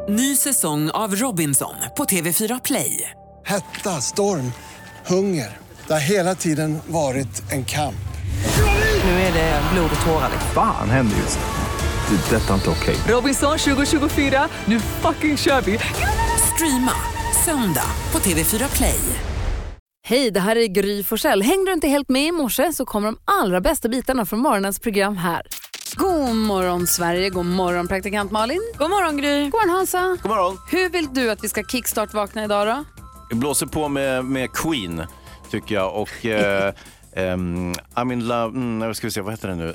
Ny säsong av Robinson på TV4 Play. Hetta, storm, hunger. Det har hela tiden varit en kamp. Nu är det blod och tårar. Fan händer just nu. Det. Detta är inte okej. Robinson 2024, nu fucking kör vi. Streama söndag på TV4 Play. Hej, det här är Gry Forssell. Hängde du inte helt med i morse så kommer de allra bästa bitarna från morgonens program här. God morgon Sverige, god morgon praktikant Malin. God morgon Gry. God morgon Hansa. God morgon. Hur vill du att vi ska kickstart-vakna idag då? Vi blåser på med Queen, tycker jag. Och I'm in love... ska vi se, vad heter det nu?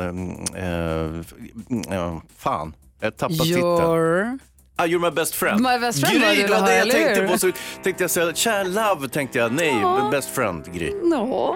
Fan, jag tappade titeln. You're my best friend. My best friend var Gry, det det jag tänkte hur? på. Så tänkte jag säga, kär love, tänkte jag. Nej, best friend, Gry. No.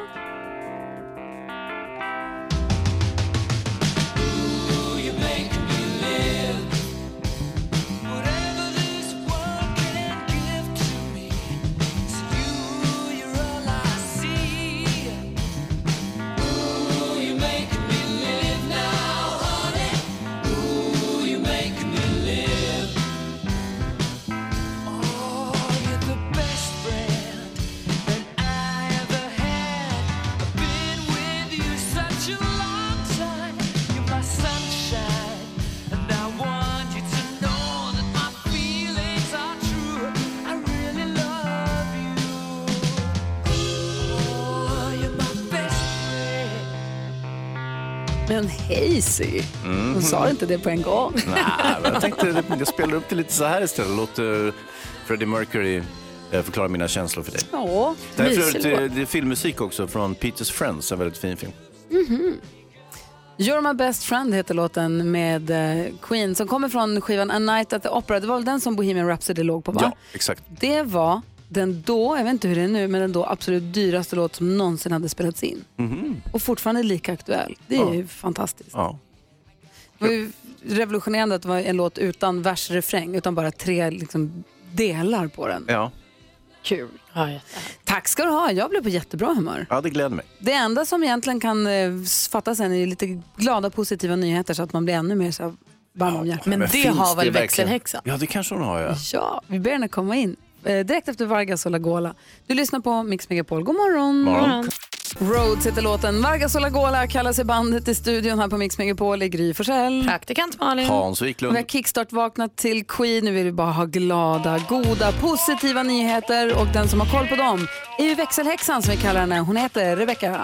Men Hazy, hon sa inte det på en gång. Nej, jag tänkte jag spelar upp det lite så här istället. Låter Freddie Mercury förklara mina känslor för dig. Ja, det är filmmusik också från Peter's Friends, en väldigt fin film. You're my best friend heter låten med Queen som kommer från skivan A Night at the Opera. Det var väl den som Bohemian Rhapsody låg på, va? Ja, exakt. Det var den då, jag vet inte hur det är nu, men den då absolut dyraste låt som någonsin hade spelats in. Och fortfarande lika aktuell. Det är ju fantastiskt. Ja. Det var ju revolutionerande att det var en låt utan vers-refräng, utan bara 3 liksom, delar på den. Ja. Kul. Tack ska du ha, jag blev på jättebra humör. Ja, det gläder mig. Det enda som egentligen kan fattas sen är lite glada, positiva nyheter så att man blir ännu mer så varm om hjärtat. Men det har väl växelhäxan? Ja, det kanske hon har, ja. Ja, vi ber henne komma in. Direkt efter Vargas och Lagola. Du lyssnar på Mix Megapol. God morgon. Morgon. Rhodes heter låten. Vargas och Lagola kallar sig bandet i studion här på Mix Megapol i Gry Forssell. Praktikant Malin. Hans Wiklund. Vi har kickstart-vaknat till Queen. Nu vill vi bara ha glada, goda, positiva nyheter. Och den som har koll på dem är ju växelhäxan som vi kallar henne. Hon heter Rebecca.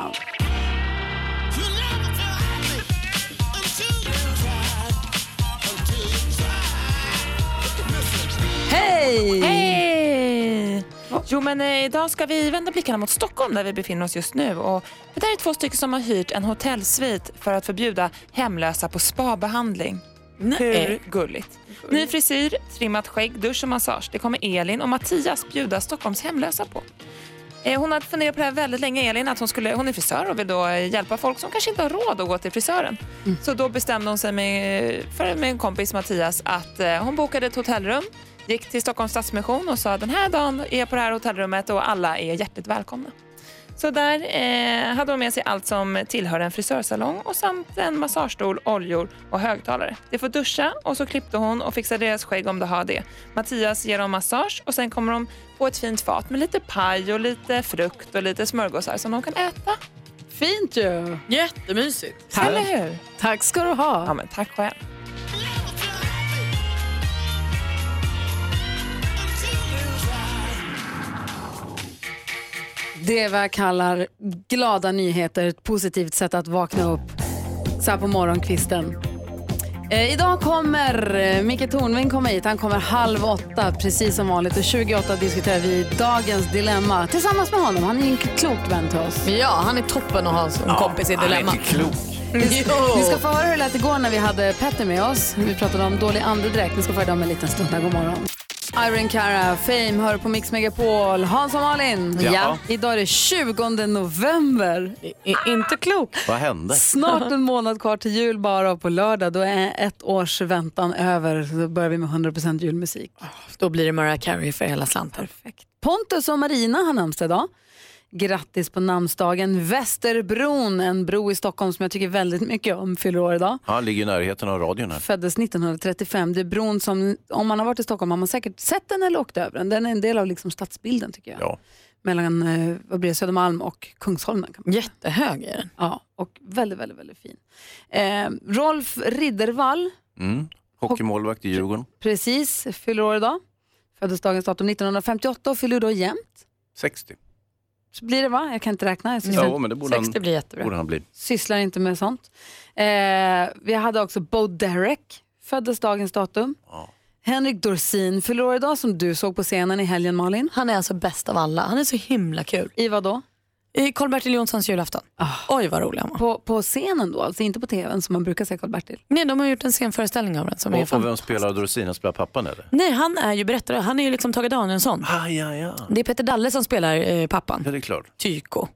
Hej! Hej! Jo, men idag ska vi vända blickarna mot Stockholm där vi befinner oss just nu. Och det där är 2 stycken som har hyrt en hotellsvit för att förbjuda hemlösa på spabehandling. Hur gulligt. Ny frisyr, trimmat skägg, dusch och massage. Det kommer Elin och Mattias bjuda Stockholms hemlösa på. Hon har funderat på det här väldigt länge, Elin, att hon är frisör och vill då hjälpa folk som kanske inte har råd att gå till frisören. Så då bestämde hon sig med en kompis, Mattias, att hon bokade ett hotellrum, gick till Stockholms Stadsmission och sa den här dagen är jag på det här hotellrummet och alla är hjärtligt välkomna. Så där hade de med sig allt som tillhör en frisörsalong och samt en massagestol, oljor och högtalare. Det får duscha och så klippte hon och fixade deras skägg om de har det. Mattias ger dem massage och sen kommer de på ett fint fat med lite paj och lite frukt och lite smörgåsar som de kan äta. Fint ju. Jättemysigt. Eller hur? Tack ska du ha. Ja, men tack själv. Det är vad jag kallar glada nyheter, ett positivt sätt att vakna upp så här på morgonkvisten. Idag kommer Micke Tornving komma hit. Han kommer 7:30 precis som vanligt och 28 diskuterar vi dagens dilemma tillsammans med honom. Han är en klok vän till oss. Ja, han är toppen att ha som kompis i dilemma. Han är klok. Ni ska få höra hur det lät igår när vi hade Petter med oss. Vi pratade om dålig andedräkt. Ni ska få höra om en liten stund. God morgon. Irene Cara, Fame, hör på Mix Megapol. Hans och Malin. Ja. Idag är det 20 november. Inte klok. Vad hände? Snart en månad kvar till jul bara, och på lördag då är 1 års väntan över. Då börjar vi med 100% julmusik. Då blir det Mariah Carey för hela slanten. Perfekt. Pontus och Marina har namnsdag idag. Grattis på namnsdagen. Västerbron, en bro i Stockholm som jag tycker väldigt mycket om, fyller år idag. Ja, ligger i närheten av radion här. Föddes 1935. Det är bron som, om man har varit i Stockholm har man säkert sett den eller åkt över den. Den är en del av liksom stadsbilden tycker jag. Ja. Mellan vad blir det, Södermalm och Kungsholmen. Kan man säga. Jättehög är den. Ja, och väldigt, väldigt, väldigt fin. Rolf Riddervall. Hockeymålvakt i Djurgården. Precis, fyller år idag. Föddes dagens datum 1958 och fyller då jämnt. 60. Så blir det, va? Jag kan inte räkna. Ja, men det borde 60 blir jättebra. Borde han bli. Sysslar inte med sånt. Vi hade också Bo Derek. Föddes dagens datum. Ja. Henrik Dorsin fyller år idag, som du såg på scenen i helgen, Malin. Han är alltså bäst av alla. Han är så himla kul. I vad då? I Karl-Bertil Jonssons julafton. Oj, vad rolig han var. På scenen då, alltså inte på tvn som man brukar se Karl-Bertil. Nej, de har gjort en scenföreställning av den som är Och vem spelar Dorsin? Spelar pappan eller? Nej, han är ju berättare. Han är ju liksom Tage Danielsson. Ja. Det är Peter Dalle som spelar pappan. Ja, det är klart. Tyko.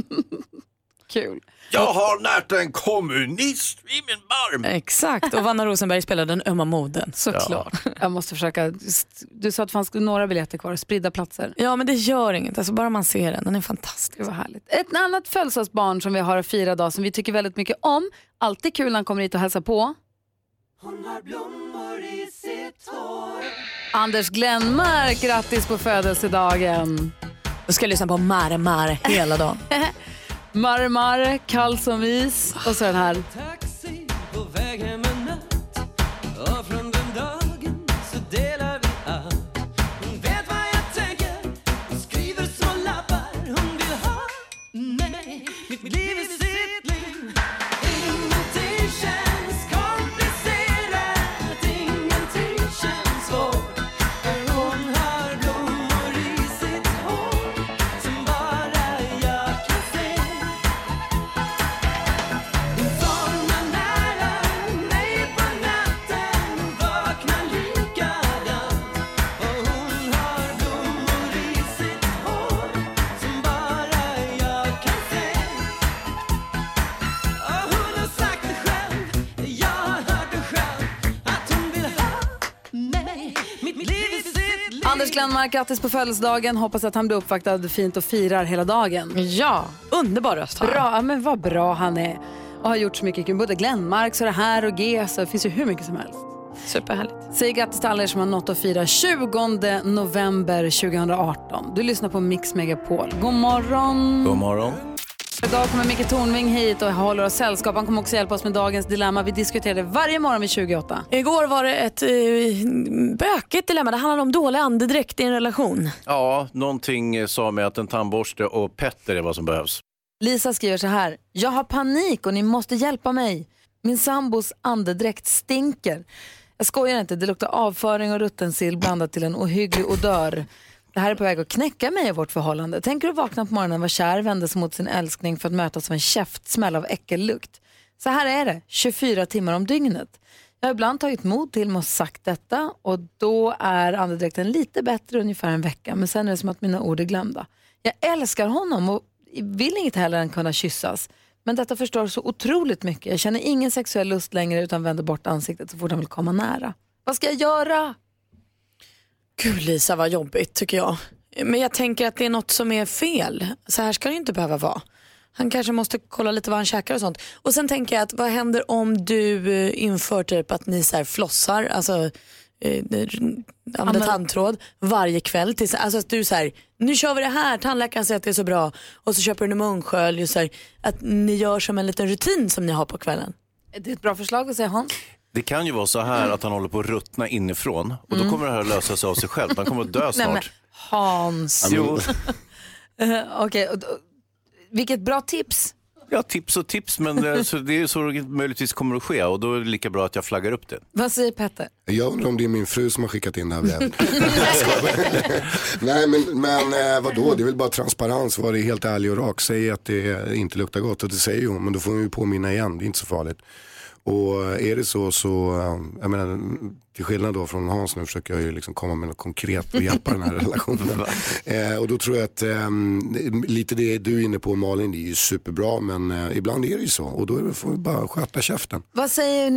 Kul. Jag har närt en kommunist i min barm. Exakt, och Vanna Rosenberg spelar den ömma moden. Såklart. Ja. Jag måste försöka. Du sa att det fanns några biljetter kvar, spridda platser. Ja, men det gör inget. Alltså bara man ser den. Den är fantastisk. Det var härligt. Ett annat födelsedagsbarn som vi har att fira idag som vi tycker väldigt mycket om. Alltid kul när han kommer hit och hälsar på. Hon har blommor i sitt hår. Anders Glenmark, grattis på födelsedagen. Jag ska lyssna på Mar hela dagen. Marmar, kall som is. Och så den här. Taxi på väg hem en natt. Och från den dagen så delar vi allt. Hon vet vad jag tänker. Hon skriver små lappar. Hon vill ha mig. Mitt liv är sitt liv. Ingenting känns komplicerat. Ingenting känns svårt. För hon har blommor i sitt hår. Som bara jag kan se. Anders Glenmark, grattis på födelsedagen. Hoppas att han blir uppvaktad fint och firar hela dagen. Ja, underbar röst. Bra, men vad bra han är. Och har gjort så mycket kul. Både Glenmark, så det här och G, så det finns ju hur mycket som helst. Superhärligt. Säg grattis till alla er som har nått att fira 20 november 2018. Du lyssnar på Mix Megapol. God morgon. God morgon. Idag kommer Micke Tornving hit och håller oss sällskap. Han kommer också hjälpa oss med dagens dilemma. Vi diskuterade varje morgon vid 28. Igår var det ett bökigt dilemma. Det handlade om dålig andedräkt i en relation. Ja, någonting sa mig att en tandborste och Petter är vad som behövs. Lisa skriver så här. Jag har panik och ni måste hjälpa mig. Min sambos andedräkt stinker. Jag skojar inte, det luktar avföring och ruttensill blandat till en ohygglig odör. Det här är på väg att knäcka mig i vårt förhållande. Tänker du vakna på morgonen, var kär, vända sig mot sin älskling för att mötas av en käftsmäll av äckellukt. Så här är det, 24 timmar om dygnet. Jag har ibland tagit mod till mig och sagt detta och då är andedräkten lite bättre ungefär en vecka. Men sen är det som att mina ord är glömda. Jag älskar honom och vill inget heller än kunna kyssas. Men detta förstår så otroligt mycket. Jag känner ingen sexuell lust längre utan vänder bort ansiktet så fort han vill komma nära. Vad ska jag göra? Gud Lisa, vad jobbigt tycker jag. Men jag tänker att det är något som är fel. Så här ska det inte behöva vara. Han kanske måste kolla lite vad han käkar och sånt. Och sen tänker jag att vad händer om du inför typ att ni så här flossar, alltså använder tandtråd varje kväll tills, alltså att du så här, nu kör vi det här, tandläkaren säger att det är så bra och så köper du en munskölj, så här, att ni gör som en liten rutin som ni har på kvällen. Det är ett bra förslag att säga, Hans. Det kan ju vara så här att han håller på att ruttna inifrån och då kommer det här att lösa sig av sig själv. Han kommer att dö snart. Nej, men, Hans. Jo. Okej, vilket bra tips. Ja, tips och tips, men det är så möjligtvis kommer att ske och då är det lika bra att jag flaggar upp det. Vad säger Petter? Jag undrar om det är min fru som har skickat in det här brevet. Nej, men vadå? Det är väl bara transparens, var det helt ärlig och rak. Säg att det inte luktar gott och det säger hon, men då får hon ju påminna igen, det är inte så farligt. Och är det så, jag menar, till skillnad då från Hans nu försöker jag ju liksom komma med något konkret och hjälpa den här relationen. Och då tror jag att lite det du är inne på, Malin, det är ju superbra, men ibland är det ju så. Och då får vi bara sköta käften. Vad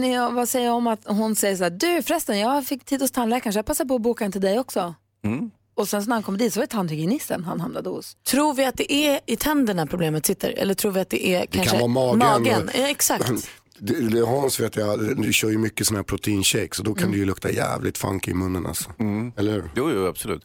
säger om att hon säger så här, du förresten, jag fick tid hos tandläkaren så jag passar på att boka en till dig också. Och sen när han kom dit så var det tandhygienisten han hamnade hos. Tror vi att det är i tänderna problemet sitter? Eller tror vi att det är kanske kan vara magen. Ja, exakt. Hans vet jag, du kör ju mycket såna här proteinshakes så då kan det ju lukta jävligt funky i munnen alltså. Eller hur? Jo, absolut.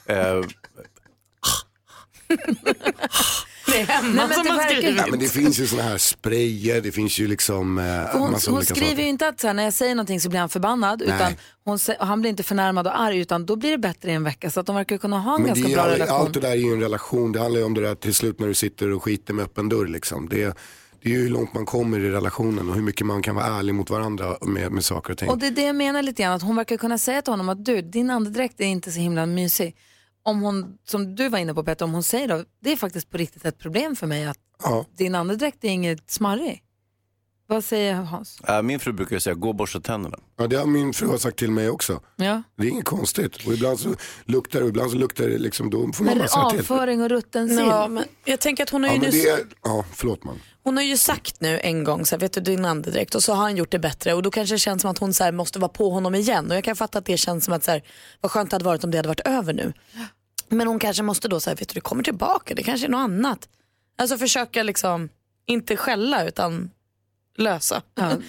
Det är hemma som man skriver. Ja, men det finns ju såna här sprayer, det finns ju liksom hon skriver ju inte att så här, när jag säger någonting så blir han förbannad utan han blir inte förnärmad och arg utan då blir det bättre i en vecka så att de verkar kunna ha en ganska bra relation. Allt det där är ju en relation, det handlar ju om det där till slut när du sitter och skiter med öppen dörr liksom. Det är ju hur långt man kommer i relationen och hur mycket man kan vara ärlig mot varandra med saker och ting. Och det är det jag menar lite grann, att hon verkar kunna säga till honom att du, din andedräkt är inte så himla mysig. Om hon, som du var inne på Petter, om hon säger då, det är faktiskt på riktigt ett problem för mig att din andedräkt är inget smarrig. Vad säger Hans? Min fru brukar säga, gå och borsta tänderna. Ja, det har min fru sagt till mig också. Ja. Det är inget konstigt. Och ibland så luktar det liksom, då får man bara säga till. Avföring och rutten sill. Ja, men jag tänker att hon har ju förlåt man. Hon har ju sagt nu en gång så här, vet du din andedräkt och så har han gjort det bättre och då kanske det känns som att hon så här, måste vara på honom igen och jag kan fatta att det känns som att så här, vad skönt det hade varit om det hade varit över nu. Men hon kanske måste då säga, vet du det kommer tillbaka, det kanske är något annat. Alltså försöka liksom, inte skälla utan lösa.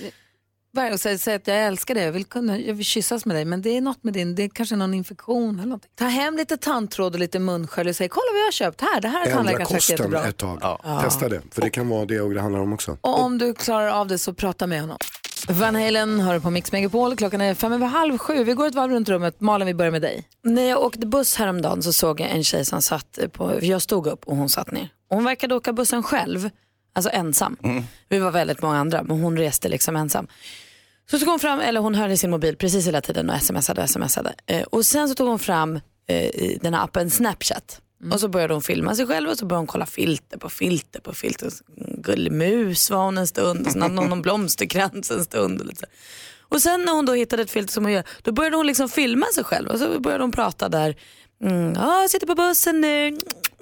Ja, och säga att jag älskar dig, jag vill kyssas med dig men det är något med det är kanske någon infektion eller någonting. Ta hem lite tandtråd och lite munskölj och säg, kolla vad jag har köpt här, det här är tandläkaren sagt jättebra. Ett tag. Testa det, för det kan vara det och det handlar om också. Och om du klarar av det så prata med honom. Van Halen hör på Mix Megapol, klockan är 6:55. Vi går ett varv runt rummet. Malin, vi börjar med dig. När jag åkte buss häromdagen så såg jag en tjej som satt på, jag stod upp och hon satt ner. Och hon verkade åka bussen själv, alltså ensam. Vi var väldigt många andra, men hon reste liksom ensam. Så tog hon fram, eller hon hörde sin mobil precis hela tiden och smsade. Och sen så tog hon fram den här appen Snapchat. Och så började hon filma sig själv och så började hon kolla filter på filter. Gullig mus var hon en stund och sen hade hon någon blomsterkrans en stund. Och, lite. Och sen när hon då hittade ett filter som hon gör, då började hon liksom filma sig själv och så började hon prata där. Jag sitter på bussen nu.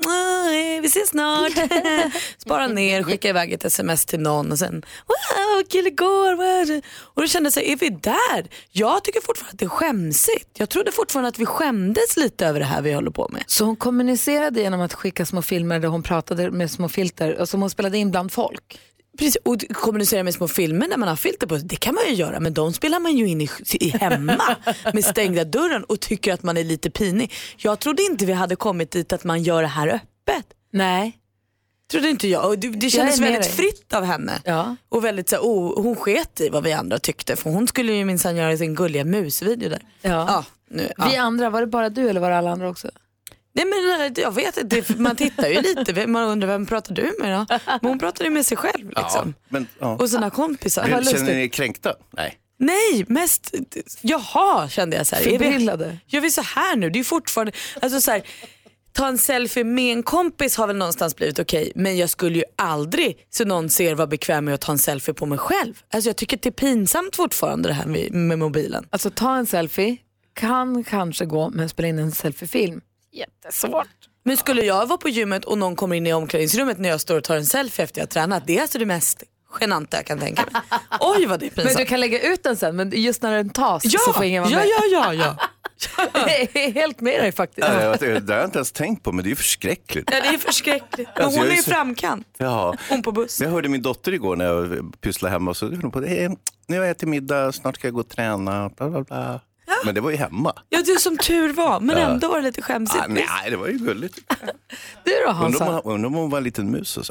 Vi ses snart. Spara ner, skicka iväg ett sms till någon och sen wow, kille går. Och då kände jag så här, är vi där? Jag tycker fortfarande att det är skämsigt. Jag trodde fortfarande att vi skämdes lite över det här vi håller på med. Så hon kommunicerade genom att skicka små filmer där hon pratade med små filter och som hon spelade in bland folk. Precis, och kommunicera med små filmer när man har filter på, det kan man ju göra, men de spelar man ju in i hemma med stängda dörren och tycker att man är lite pinig. Jag trodde inte vi hade kommit dit att man gör det här öppet. Nej. Trodde inte jag. Och det kändes väldigt fritt av henne. Ja. Och väldigt så hon sket i vad vi andra tyckte, för hon skulle ju minsann göra sin gulliga musvideo där. Ja. Vi andra, var det bara du eller var det alla andra också? Nej, men jag vet inte, man tittar ju lite, man undrar vem pratar du med då? Men hon pratade ju med sig själv liksom. Och sina kompisar. Känner ni kränkta? Nej, mest jaha, kände jag så här. Förbrillade. Gör vi så här nu? Det är ju fortfarande, alltså så här, ta en selfie med en kompis har väl någonstans blivit okej, men jag skulle ju aldrig så någon ser vad bekväm med att ta en selfie på mig själv. Alltså jag tycker att det är pinsamt fortfarande det här med mobilen. Alltså ta en selfie kan kanske gå, men spela in en selfiefilm. Jättesvårt. Men skulle jag vara på gymmet och någon kommer in i omklädningsrummet när jag står och tar en selfie efter jag har tränat, det är alltså det mest genanta jag kan tänka mig. Oj vad det är pinsamt. Men du kan lägga ut den sen, men just när den tas så får ingen vara med. Ja. Jag är helt med dig faktiskt. Det har jag inte ens tänkt på, men det är ju förskräckligt. Ja, det är förskräckligt. Men hon är ju framkant. Ja. Hon på buss. Jag hörde min dotter igår när jag pysslade hemma och så hörde hon på det. Nu har jag ätit middag, snart ska jag gå och träna, bla bla bla. Ja. Men det var ju hemma. Ja, du som tur var. Men ändå var det lite skämsigt. Nej, det var ju gulligt. Du då, Hansa? Undrar om hon var en liten mus. Och så.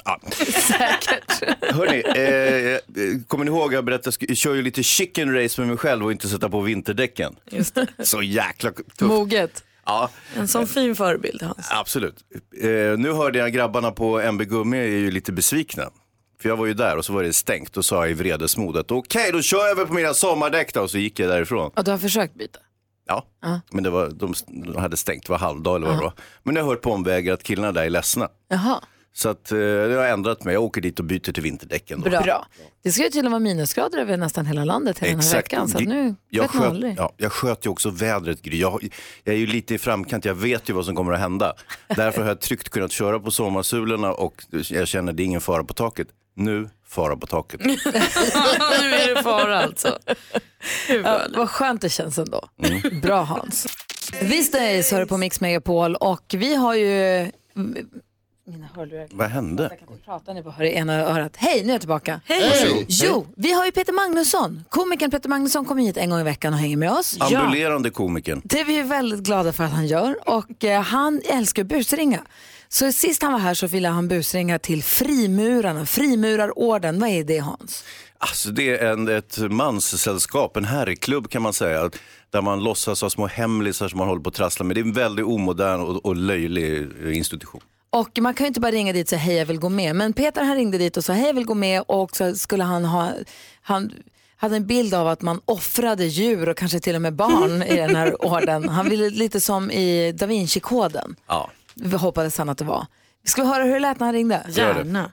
Säkert. Hörrni, kommer ni ihåg jag kör ju lite chicken race med mig själv och inte sätta på vinterdäcken. Just det. Så jäkla tufft. Moget. Ja. En sån fin förebild, Hans. Absolut. Nu hörde jag grabbarna på MB Gummi är ju lite besvikna. För jag var ju där och så var det stängt och sa jag i vredesmod att okej, då kör jag över på mina sommardäck då, och så gick jag därifrån. Och du har försökt byta? Ja, men det var, de hade stängt, det var halvdag eller vad det var. Men jag har hört på omvägar att killarna där är ledsna. Jaha. Så att det har ändrat mig. Jag åker dit och byter till vinterdäcken. Bra. Det ska ju till och med vara minusgrader över nästan hela landet hela den här veckan. Så nu jag sköt ju också vädret. Jag är ju lite i framkant. Jag vet ju vad som kommer att hända. Därför har jag tryggt kunnat köra på sommarsulorna och jag känner att det är ingen fara på taket. Nu fara på taket. Nu är det fara alltså. Vad skönt det känns ändå. Bra, Hans. These days hör du på Mix Megapol och vi har ju... Mina hörlurar. Vad hände? Jag kan inte prata nu på det ena örat. Hej, nu är jag tillbaka. Hej! Jo, vi har ju Peter Magnusson. Komikern Peter Magnusson kommer hit en gång i veckan och hänger med oss. Ambulerande komikern. Det är vi väldigt glada för att han gör. Och han älskar att busringa. Så sist han var här så ville han busringa till frimurarna. Frimurarorden, vad är det, Hans? Alltså det är ett manssällskap, en herrklubb kan man säga. Där man låtsas ha små hemlisar som man håller på att trassla med. Det är en väldigt omodern och löjlig institution. Och man kan ju inte bara ringa dit och säga hej jag vill gå med. Men Peter han ringde dit och sa hej jag vill gå med. Och så skulle han hade en bild av att man offrade djur och kanske till och med barn i den här orden. Han ville lite som i Da Vinci-koden. Ja. Vi hoppades han att det var. Vi ska höra hur det lät när han ringde. Gärna.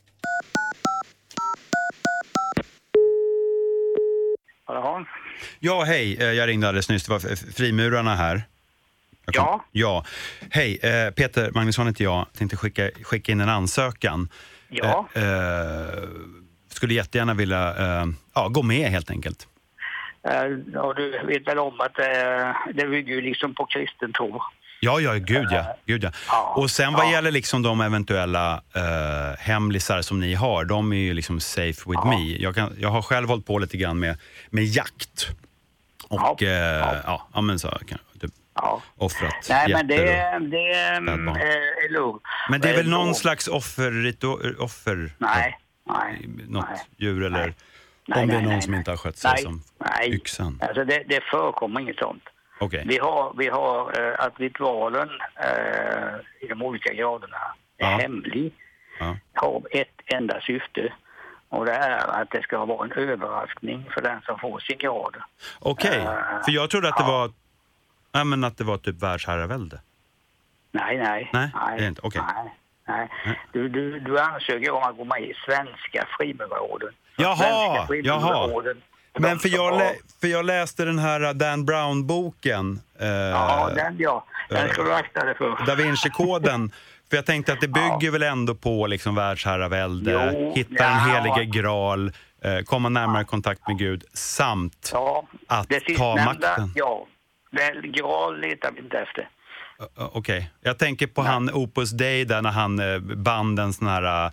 Ja, hej. Jag ringde alldeles nyss. Det var frimurarna här. Ja. Hej, Peter Magnusson heter jag. Tänkte skicka in en ansökan. Ja. Skulle jättegärna vilja gå med helt enkelt. Ja, du vet väl om att det bygger ju liksom på kristen tro. Ja, gud ja. Och sen vad gäller liksom de eventuella hemlisar som ni har, de är ju liksom safe with me. Jag har själv hållit på lite grann med jakt. Och men så kan typ offrat. Nej, men det är lugnt. Men det är väl någon slags offer? Nej. Något djur eller om det är någon som inte har skött sig som yxan. Alltså det förekommer inget sånt. Okay. Vi har att ritualen i de olika graderna är hemlig. Har ett enda syfte. Och det är att det ska vara en överraskning för den som får sin grad. Okej, för jag trodde att det var att det var typ världsherravälde. Nej. Det är inte. Okej. Nej. Du ansöker om att gå med i svenska frimurarorden. Jaha. Men för jag läste den här Dan Brown-boken. Den ska du akta dig för. Da Vinci-koden. För jag tänkte att det bygger väl ändå på liksom världsherravälde, hitta den helige graal, komma närmare kontakt med Gud samt att ta makten. Graal letar vi inte efter. Okej. Jag tänker på han Opus Dei där när han band en sån här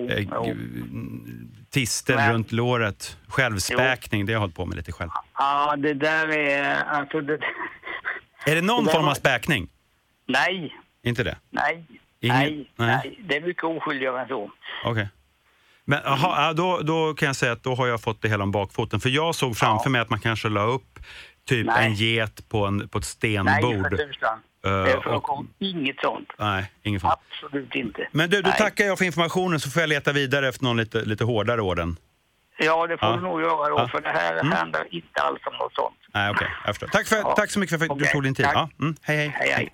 tistel runt låret. Självspäkning, det har jag hållit på med lite själv. Ja, det där är... Alltså är det någon form av späkning? Nej. Inte det? Nej. Det är mycket oskyldigare än så. Okej. Men då kan jag säga att då har jag fått det hela om bakfoten. För jag såg framför mig att man kanske la upp typ en get på ett stenbord. Nej, för tusan. Det förekom inget sånt. Nej, inget sånt. Absolut inte. Men du tackar jag för informationen så får jag leta vidare efter någon lite hårdare orden. Ja, det får du nog göra då, för det här handlar inte alls om något sånt. Nej, okej, jag förstår. Tack så mycket för att du tog din tid. Hej.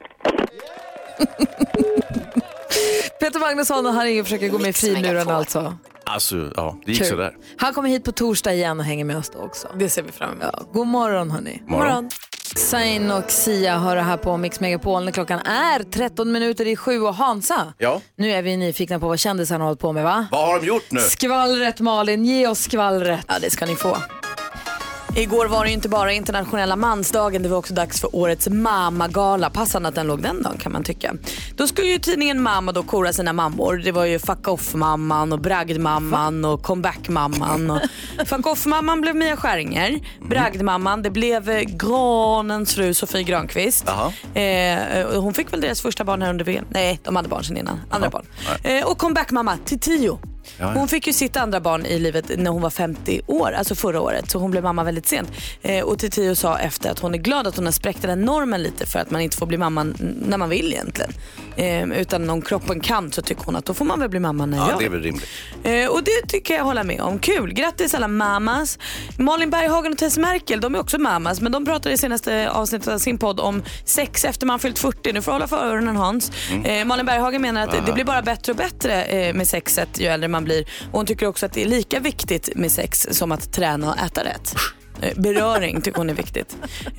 Peter Magnusson, han försöker gå med i frimurarna alltså. Alltså, det gick sådär. Han kommer hit på torsdag igen och hänger med oss då också. Det ser vi fram emot. Ja, god morgon hörni. Morgon. Zayn och Sia hör det här på Mix Megapol när klockan är 7:13 och Hansa. Ja. Nu är vi nyfikna på vad kändisarna har hållit på med, va? Vad har de gjort nu? Skvallret, Malin, ge oss skvallret. Ja, det ska ni få. Igår var det ju inte bara internationella mansdagen, det var också dags för årets Mamma-gala. Passande att den låg den dagen kan man tycka. Då skulle ju tidningen Mamma då kora sina mammor. Det var ju Fuck Off-mamman och Bragd-mamman och Comeback-mamman. Och Fuck Off-mamman blev Mia Skäringer. Bragd-mamman, det blev Granens fru Sofie Granqvist. Hon fick väl deras första barn här under VM. Nej, de hade barn sedan innan. Andra barn. Och Comeback-mamma till Tio. Hon fick ju sitt andra barn i livet när hon var 50 år, alltså förra året. Så hon blev mamma väldigt sent. Och Tio sa efter att hon är glad att hon har spräckt den normen lite för att man inte får bli mamma när man vill egentligen. Utan om kroppen kan så tycker hon att då får man väl bli mamma när jag. Det är väl rimligt. Och det tycker jag hålla med om. Kul, grattis alla mammas. Malin Berghagen och Tess Merkel, de är också mammas. Men de pratade i senaste avsnittet av sin podd om sex efter man fyllt 40. Nu får hålla för öronen Hans. Malin Berghagen menar att det blir bara bättre och bättre med sexet ju äldre man blir. Och hon tycker också att det är lika viktigt med sex som att träna och äta rätt. Beröring tycker hon är viktigt.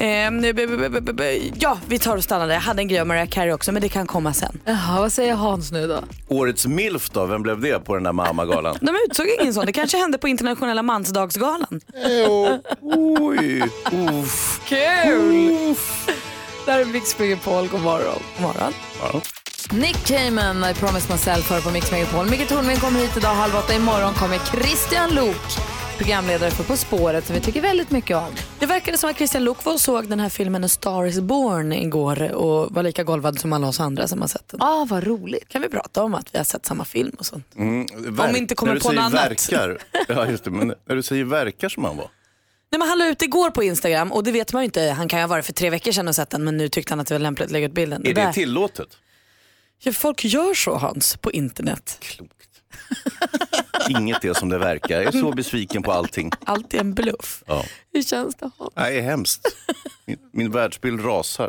Ja, vi tar och stannar där. Jag hade en grej om Mariah Carey också, men det kan komma sen. Jaha, vad säger Hans nu då? Årets MILF då, vem blev det på den där Mamma-galan? De utsåg ingen sån, det kanske hände på internationella mansdagsgalan. Oj, Kul! Där är Mix Megapol. God morgon. God morgon. Ja. Nick Cayman, I Promise Myself, för på Mix Megapol. Micke Tornving kommer hit idag 7:30. Imorgon kommer Christian Luuk, programledare för På spåret, som vi tycker väldigt mycket om. Det verkade som att Christian Luuk var och såg den här filmen A Star is Born igår och var lika golvad som alla oss andra som har sett den. Vad roligt. Kan vi prata om att vi har sett samma film och sånt? Om vi inte kommer på något annat. Verkar, ja, just det, men när du säger verkar som han var. Nej, men han la ut igår på Instagram och det vet man ju inte. Han kan ju ha varit för 3 veckor sedan och sett den, men nu tyckte han att det var lämpligt att lägga ut bilden. Är det tillåtet? Ja, folk gör så, Hans, på internet. Klokt. Inget är som det verkar. Jag är så besviken på allting. Allt är en bluff. Ja. Hur känns det, Hans? Nej, det är hemskt. Min världsbild rasar.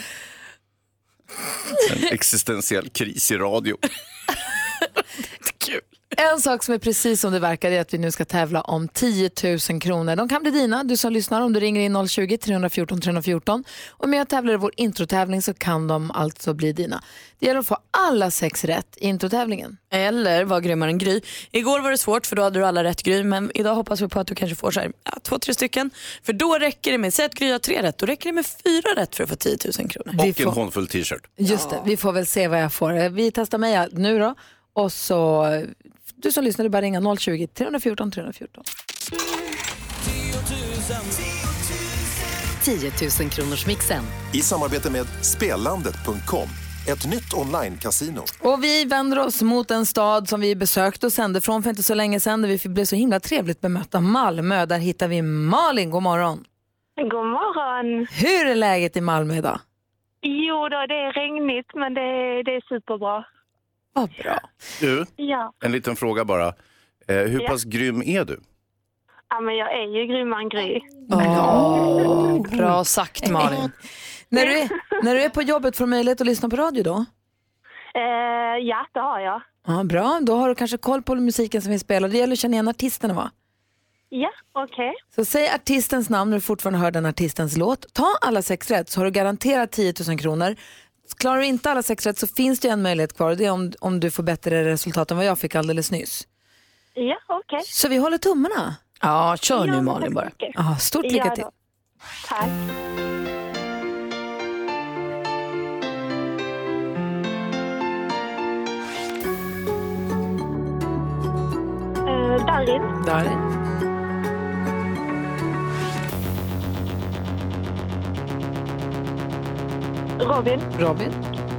En existentiell kris i radio. Kul. En sak som är precis som det verkar är att vi nu ska tävla om 10 000 kronor. De kan bli dina, du som lyssnar, om du ringer in 020-314 314. Och med att tävla i vår introtävling så kan de alltså bli dina. Det gäller att få alla 6 rätt i introtävlingen. Eller var grymmare än Gry. Igår var det svårt för då hade du alla rätt, Gry. Men idag hoppas vi på att du kanske får 2-3 stycken. För då räcker det med, säg att Gry har 3 rätt. Då räcker det med 4 rätt för att få 10 000 kronor. Och en håndfull t-shirt. Just det, vi får väl se vad jag får. Vi testar mig nu då. Och så, du som lyssnar, du bara ringa 020-314 314. 10 000 kronors mixen. I samarbete med Spellandet.com. Ett nytt online-casino. Och vi vänder oss mot en stad som vi besökte och sände från för inte så länge sedan. Där vi blev så himla trevligt bemötta. Malmö, där hittar vi Malin. God morgon. God morgon. Hur är läget i Malmö idag? Jo då, det är regnigt men det är superbra. Vad bra. Du, ja. En liten fråga bara. Hur pass grym är du? Ja, men jag är ju grymmare än Gry. Bra sagt, Malin. När du är på jobbet får du möjlighet att lyssna på radio då? Ja, det har jag. Ja, bra. Då har du kanske koll på musiken som vi spelar. Det gäller att känna igen artisterna, va? Ja, okej. Så säg artistens namn när du fortfarande hör den artistens låt. Ta alla 6 rätt så har du garanterat 10 000 kronor. Klarar du inte alla 6 rätt så finns det en möjlighet kvar. Det är om du får bättre resultat än vad jag fick alldeles nyss. Ja, okej. Så vi håller tummarna. Ja, kör nu Malin bara. Ja, stort lycka till. Tack. Darin. Robin.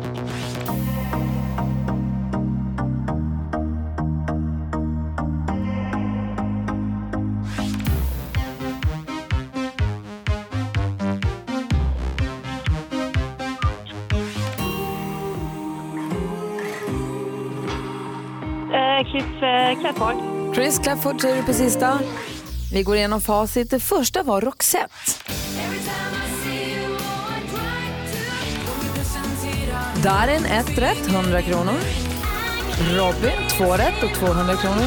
Chris Clafford säger du på sista. Vi går igenom facit. Det första var Roxette. Darin 1 rätt, 100 kronor. Robin 2 rätt och 200 kronor.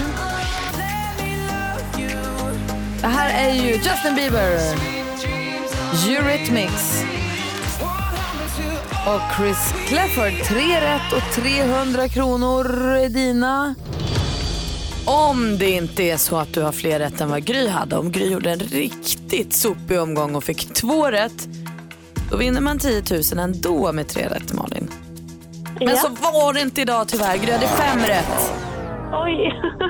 Det här är ju Justin Bieber, Eurythmics och Chris Clafford. 3 rätt och 300 kronor är dina. Om det inte är så att du har fler rätt än vad Gry hade. Om Gry gjorde en riktigt sopig omgång och fick 2 rätt, då vinner man 10 000 ändå med 3 rätt, Malin. Men så var det inte idag tyvärr. Gry hade 5 rätt. Oj.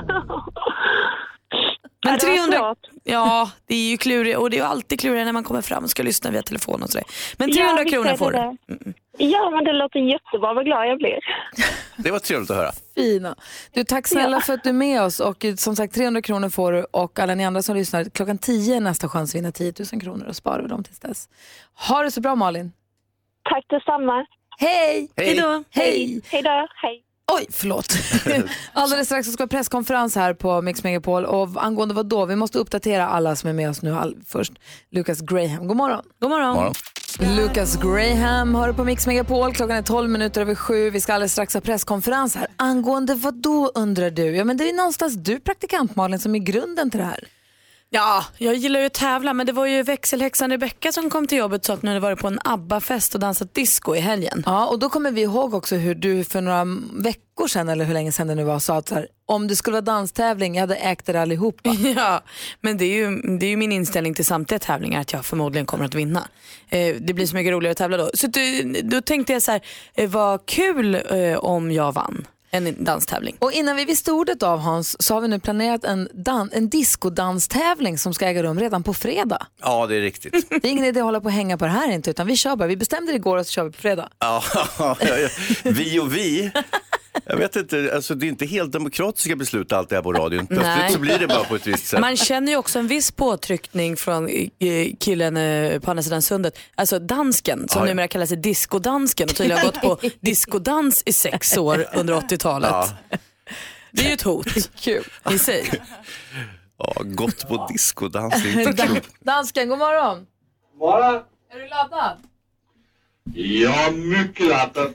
Men 300, ja, det är ju klurigt. Och det är ju alltid klurigt när man kommer fram och ska lyssna via telefon och sådär. Men 300 kronor får du. Ja, men det låter jättebra. Vad glad jag blir. Det var trevligt att höra. Fina. Du, tack snälla för att du är med oss. Och som sagt, 300 kronor får du. Och alla ni andra som lyssnar, 10:00 är nästa chans att vinna 10 000 kronor. Och sparar vi dem tills dess. Ha det så bra, Malin. Tack detsamma. Hej! Hej då. Hej! Hej då. Hej. Oj, förlåt. Alldeles strax så ska presskonferens här på Mix Megapol. Och angående vad då? Vi måste uppdatera alla som är med oss nu. Först Lucas Graham. God morgon. God morgon. Lucas Graham hör på Mix Megapol. Klockan är 7:12. Vi ska alldeles strax ha presskonferens här. Angående vad då, undrar du? Ja, men det är någonstans du, praktikant Malin, som är grunden till det här. Ja, jag gillar ju att tävla, men det var ju växelhäxan Rebecca som kom till jobbet så att nu hade varit på en ABBA-fest och dansat disco i helgen. Ja, och då kommer vi ihåg också hur du för några veckor sedan, eller hur länge sedan det nu var, sa att så här, om det skulle vara danstävling, jag hade ägt det allihopa. Ja, men det är ju min inställning till samtliga tävlingar att jag förmodligen kommer att vinna. Det blir så mycket roligare att tävla då. Så då tänkte jag så här, vad kul om jag vann en danstävling. Och innan vi visste ordet av Hans så har vi nu planerat en discodanstävling som ska äga rum redan på fredag. Ja, det är riktigt. Det är ingen idé att hålla på och hänga på det här inte, utan vi kör bara. Vi bestämde det igår och så kör vi på fredag. Ja, vi och vi. Jag vet inte, alltså det är inte helt demokratiska beslut allt det här på radion. Plötsligt så blir det bara på ett visst sätt. Man känner ju också en viss påtryckning från killen på andra sidan sundet. Alltså dansken, som numera kallar sig discodansken och tydligen har gått på discodans i 6 år under 80-talet. Ja. Det är ju ett hot. Kul. I sig. Ja, gått på discodans. Dansken, god morgon. Morgon. Är du laddad? Ja, mycket laddad.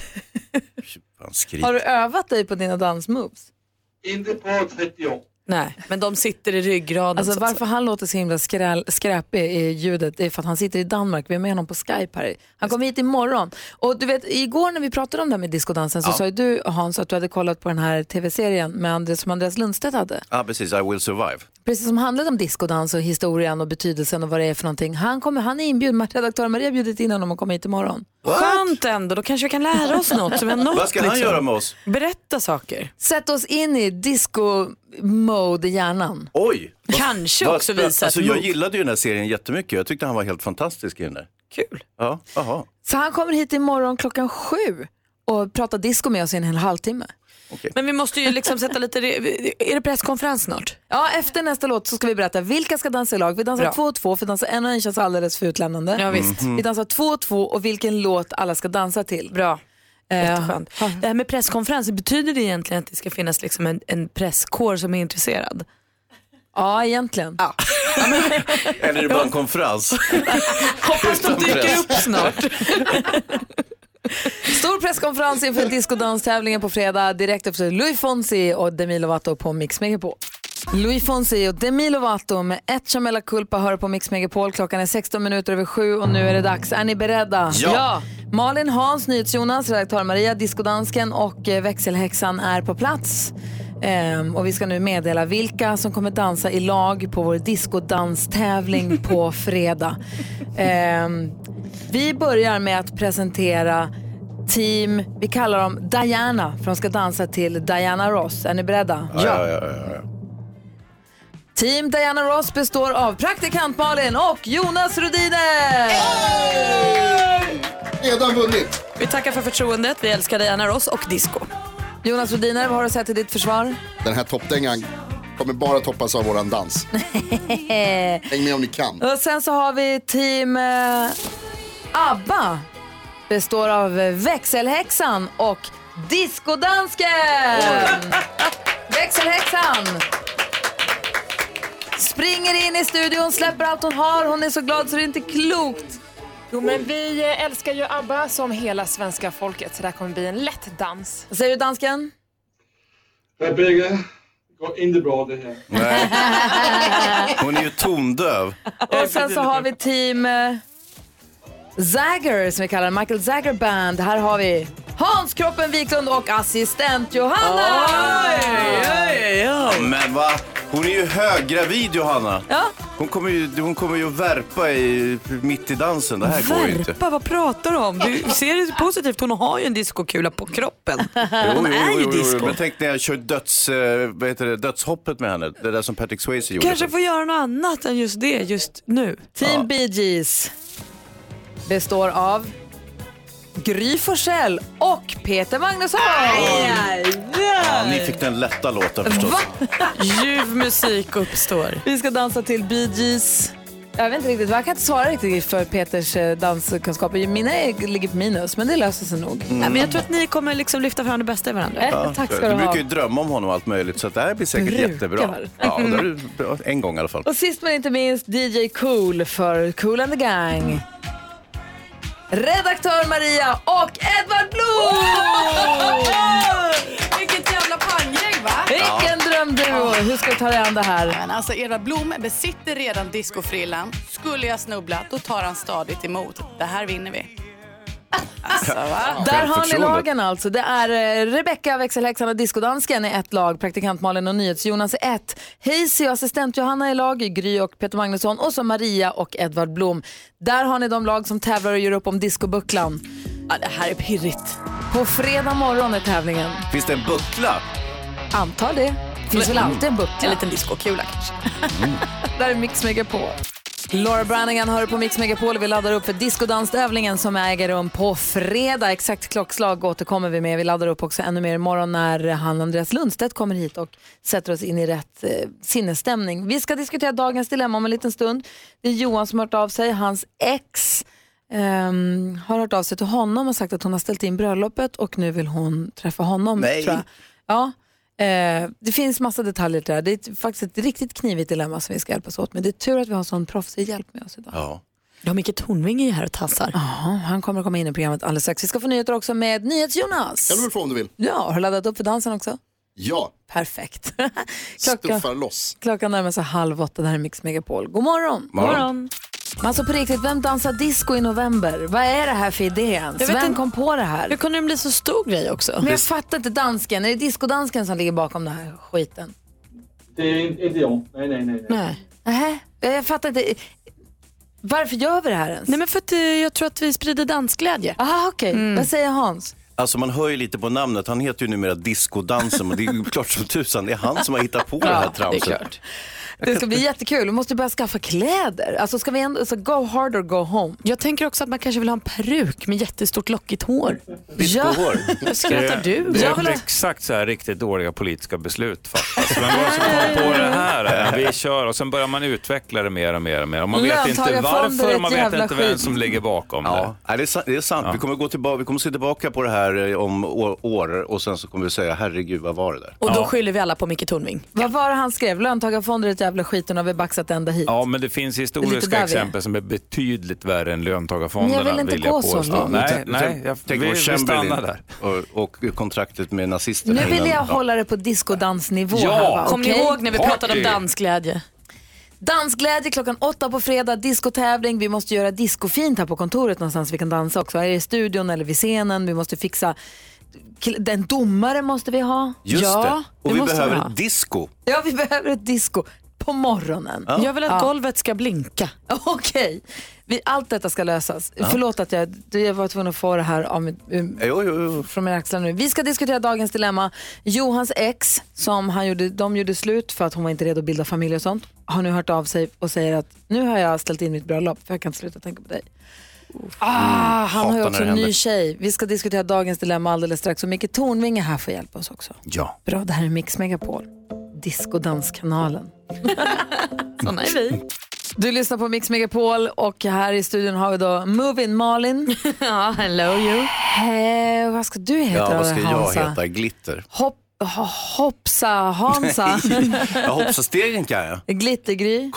Har du övat dig på dina dansmoves? Inte på 30 år. Nej, men de sitter i ryggraden. Alltså varför han låter så himla skräpig i ljudet är för att han sitter i Danmark. Vi är med honom på Skype här. Han kom hit imorgon. Och du vet, igår när vi pratade om det här med discodansen så sa ju du, Hans, att du hade kollat på den här tv-serien med som Andreas Lundstedt hade. Ja, precis. I Will Survive. Precis, som handlade om discodans och historien och betydelsen och vad det är för någonting. Han är inbjuden, redaktör Maria bjudit in honom och kommer hit imorgon. Skönt ändå, då kanske vi kan lära oss något. Vad ska han göra med oss? Berätta saker. Sätt oss in i disco-mode i hjärnan. Oj! Kanske också visa alltså, jag gillade ju den här serien jättemycket. Jag tyckte han var helt fantastisk i den där. Kul. Ja, aha. Så han kommer hit imorgon 7:00 och pratar disco med oss i en halvtimme. Okay. Men vi måste ju liksom sätta lite... Är det presskonferens snart? Ja, efter nästa låt så ska vi berätta vilka ska dansa i lag. Vi dansar 2 och 2 för dansa en och en känns alldeles för utlämnande. Ja, visst. Vi dansar 2 och 2 och vilken låt alla ska dansa till. Bra. Jätteskönt. Det här med presskonferens, betyder det egentligen att det ska finnas liksom en presskår som är intresserad? Ja, egentligen. Ja. Eller är det bara en konferens? Hoppas de dyker upp snart. Stor presskonferens inför discodanstävlingen på fredag direkt efter Louis Fonsi och Demi Lovato på Mix Megapol. Louis Fonsi och Demi Lovato med ett Chamela Culpa hör på Mix Megapol. Klockan är 16:07 och nu är det dags. Är ni beredda? Ja. Malin, Hans, NyhetsJonas, redaktör Maria, discodansken och växelhäxan är på plats. Och vi ska nu meddela vilka som kommer dansa i lag på vår discodanstävling på fredag. Vi börjar med att presentera team, vi kallar dem Diana, för de ska dansa till Diana Ross. Är ni beredda? Ja. Team Diana Ross består av praktikant Malin och Jonas Rhodiner. Redan vunnit. Vi tackar för förtroendet, vi älskar Diana Ross och disco. Jonas Rhodiner, vad har du sett i ditt försvar? Den här toppdängan kommer bara toppas av våran dans. Häng med om ni kan. Och sen så har vi team ABBA. Består av växelhäxan och discodansken. Växelhäxan springer in i studion, släpper allt hon har. Hon är så glad så det är inte klokt. Jo, men vi älskar ju ABBA som hela svenska folket, så det kommer bli en lätt dans. Vad säger du, dansken? Rebecca, det går inte bra det här. Nej. Hon är ju tondöv. Och sen så har vi team Zagger, som vi kallar Michael Zagger Band. Här har vi Hans Kroppen Wiklund och assistent Johanna. Ja, men va? Hon är ju höggravid, Johanna. Ja. Hon kommer ju att värpa mitt i dansen. Det här går ju inte. Vad pratar du om? Du ser det positivt, hon har ju en diskokula på kroppen. Hon är ju disco. Men tänk när jag kör dödshoppet med henne. Det där som Patrick Swayze gjorde. Kanske får göra något annat än just det just nu. Team Bee Gees består av Gry Forssell och Peter Magnusson. Ja, ni fick den lätta låten förstås. Ljuv musik uppstår. Vi ska dansa till Bee Gees. Jag vet inte riktigt, jag kan inte svara riktigt för Peters danskunskaper. Mina ligger på minus, men det löser sig nog. Ja, men jag tror att ni kommer liksom lyfta fram det bästa i varandra. Ja, tack ska du ha. Du brukar ju drömma om honom och allt möjligt, så det här blir säkert jättebra. Ja, en gång i alla fall. Och sist men inte minst DJ Cool för Cool and the Gang. Redaktör Maria och Edvard Blom! Vilket jävla panggäng, va? Vilken drömduo! Hur ska du ta dig an det här? Men alltså Edvard Blom besitter redan discofrillan. Skulle jag snubbla, då tar han stadigt emot. Det här vinner vi. Alltså, va? Där har ni lagen alltså. Det är Rebecca, växelhäxan och diskodansken i ett lag. Praktikant Malin och NyhetsJonas i ett. Hayes och assistent Johanna i lag. Gry och Peter Magnusson. Och så Maria och Edvard Blom. Där har ni de lag som tävlar och gör upp om diskobucklan. Ja, det här är pirrigt. På fredag morgon är tävlingen. Finns det en buckla? Antar det. Finns väl alltid en buckla. En liten diskokula kanske. Där är Mix Megapol. Laura Brannigan hör på Mix Megapol. Vi laddar upp för diskodanstävlingen som äger rum på fredag. Exakt klockslag återkommer vi med. Vi laddar upp också ännu mer imorgon när Andreas Lundstedt kommer hit och sätter oss in i rätt sinnesstämning. Vi ska diskutera dagens dilemma om en liten stund. Det är Johan som har hört av sig. Hans ex har hört av sig till honom och sagt att hon har ställt in bröllopet och nu vill hon träffa honom. Nej. Tror jag. Ja. Det finns massa detaljer där. Det är faktiskt ett riktigt knivigt dilemma som vi ska hjälpas åt med. Det är tur att vi har sån proffsig hjälp med oss idag. Ja. Ja, Micke Tornving är här och tassar. Ja, han kommer att komma in i programmet alldeles strax. Vi ska få nyheter också med NyhetsJonas. Kan du väl få om du vill? Ja, har du laddat upp för dansen också? Ja. Perfekt. Stuffar loss. Klockan närmar sig 7:30. Det här är Mix Megapol. God morgon. God morgon. Alltså på riktigt, vem dansar disco i november? Vad är det här för idé ens? Vem kom på det här? Hur kunde det bli så stor grej också? Men jag fattar inte dansken. Är det discodansken som ligger bakom den här skiten? Det är inte jag. Nej. Nej, jag fattar inte. Varför gör vi det här ens? Nej, men för att jag tror att vi sprider dansglädje. Aha, okej. Vad säger Hans? Alltså man hör ju lite på namnet. Han heter ju numera Discodansen. Och det är ju klart som tusan. Det är han som har hittat på det här tramset. Det är klart. Det ska bli jättekul. Vi måste börja skaffa kläder. Alltså ska vi ändå go hard or go home? Jag tänker också att man kanske vill ha en peruk med jättestort lockigt hår. Discohår. Skrattar du? Det är exakt så här riktigt dåliga politiska beslut fattas. Men vad som kommer på det här? Vi kör och sen börjar man utveckla det mer och mer och mer. Och man vet inte varför och man vet inte vem som ligger bakom det. Ja, det är sant. Ja. Vi kommer se tillbaka på det här om år och sen så kommer vi säga herregud, vad var det där? Och då skyller vi alla på Micke Tornving. Vad var det han skrev? Löntagarfonder är ett jävla skiten och vi har baxat ända hit. Ja, men det finns historiska exempel som är betydligt värre än löntagarfonderna. Men jag vill inte gå så långt. Nej, jag vill stanna där. Och kontraktet med nazister. Nu vill jag hålla det på discodansnivå. Ja, kom ni ihåg när vi pratade om dansglädje? Dansglädje 8:00 på fredag, diskotävling. Vi måste göra discofint här på kontoret någonstans vi kan dansa också. Är det i studion eller vid scenen? Vi måste fixa... Den domare måste vi ha. Just det. Och vi behöver ett disco. Ja, vi behöver ett disco på morgonen. Ja. Jag vill att golvet ska blinka. Okej. Allt detta ska lösas. Förlåt att jag var tvungen att få det här av från mina axlar nu. Vi ska diskutera dagens dilemma. Johans ex, som de gjorde slut för att hon var inte redo att bilda familj och sånt, har nu hört av sig och säger att nu har jag ställt in mitt bröllop för jag kan inte sluta tänka på dig. Han har ju också en ny tjej. Vi ska diskutera dagens dilemma alldeles strax. Och Micke Tornving är här för att hjälpa oss också. Ja. Bra, det här är Mix Megapol. Discodanskanalen. Såna är vi. Du lyssnar på Mix Megapol och här i studion har vi då Movin Malin. Ja, hello you. Vad ska du heta? Ja, vad ska Hansa? jag heta? Glitter. Hoppsa Hansa. Ja, hoppsa stegen kan jag. Glittergry.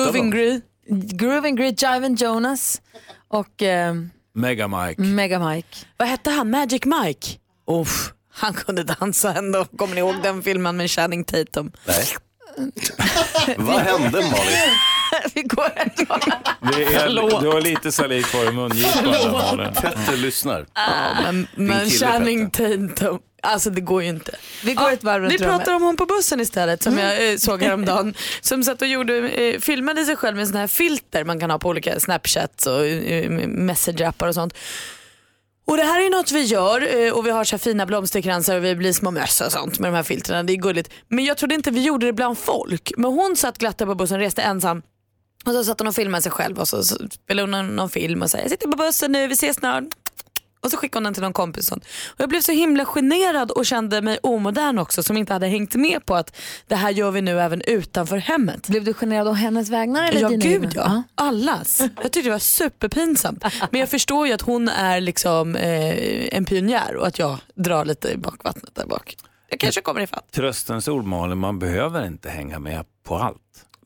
Grooving Gry, Jiven Jonas och Mega Mike. Vad hette han? Magic Mike? Han kunde dansa ändå. Kommer ni ihåg den filmen med Channing Tatum? Nej. Vad hände, Malin? Vi går Du har lite saliv på i mungipan. Petter lyssnar. Men Channing Tatum, alltså det går ju inte. Vi går ett varv runt Vi rummet. pratar om hon på bussen istället som jag såg häromdagen. Som satt och filmade sig själv med såna här filter man kan ha på olika Snapchats och Messenger-appar och sånt. Och det här är ju något vi gör och vi har så fina blomsterkransar och vi blir små möss och sånt med de här filtrarna. Det är gulligt. Men jag trodde inte vi gjorde det bland folk. Men hon satt glatt på bussen, reste ensam. Och så satt hon och filmade sig själv och så spelade hon någon film och sa jag sitter på bussen nu, vi ses snart. Och så skickade hon den till någon kompis. Och jag blev så himla generad och kände mig omodern också som inte hade hängt med på att det här gör vi nu även utanför hemmet. Blev du generad av hennes vägnar? Eller ja, dina gud egna? ja. Allas. Jag tyckte det var superpinsamt. Men jag förstår ju att hon är liksom en pionjär och att jag drar lite i bakvattnet där bak. Jag kanske kommer i fatt. Tröstens ord, Malin, man behöver inte hänga med på allt. Va?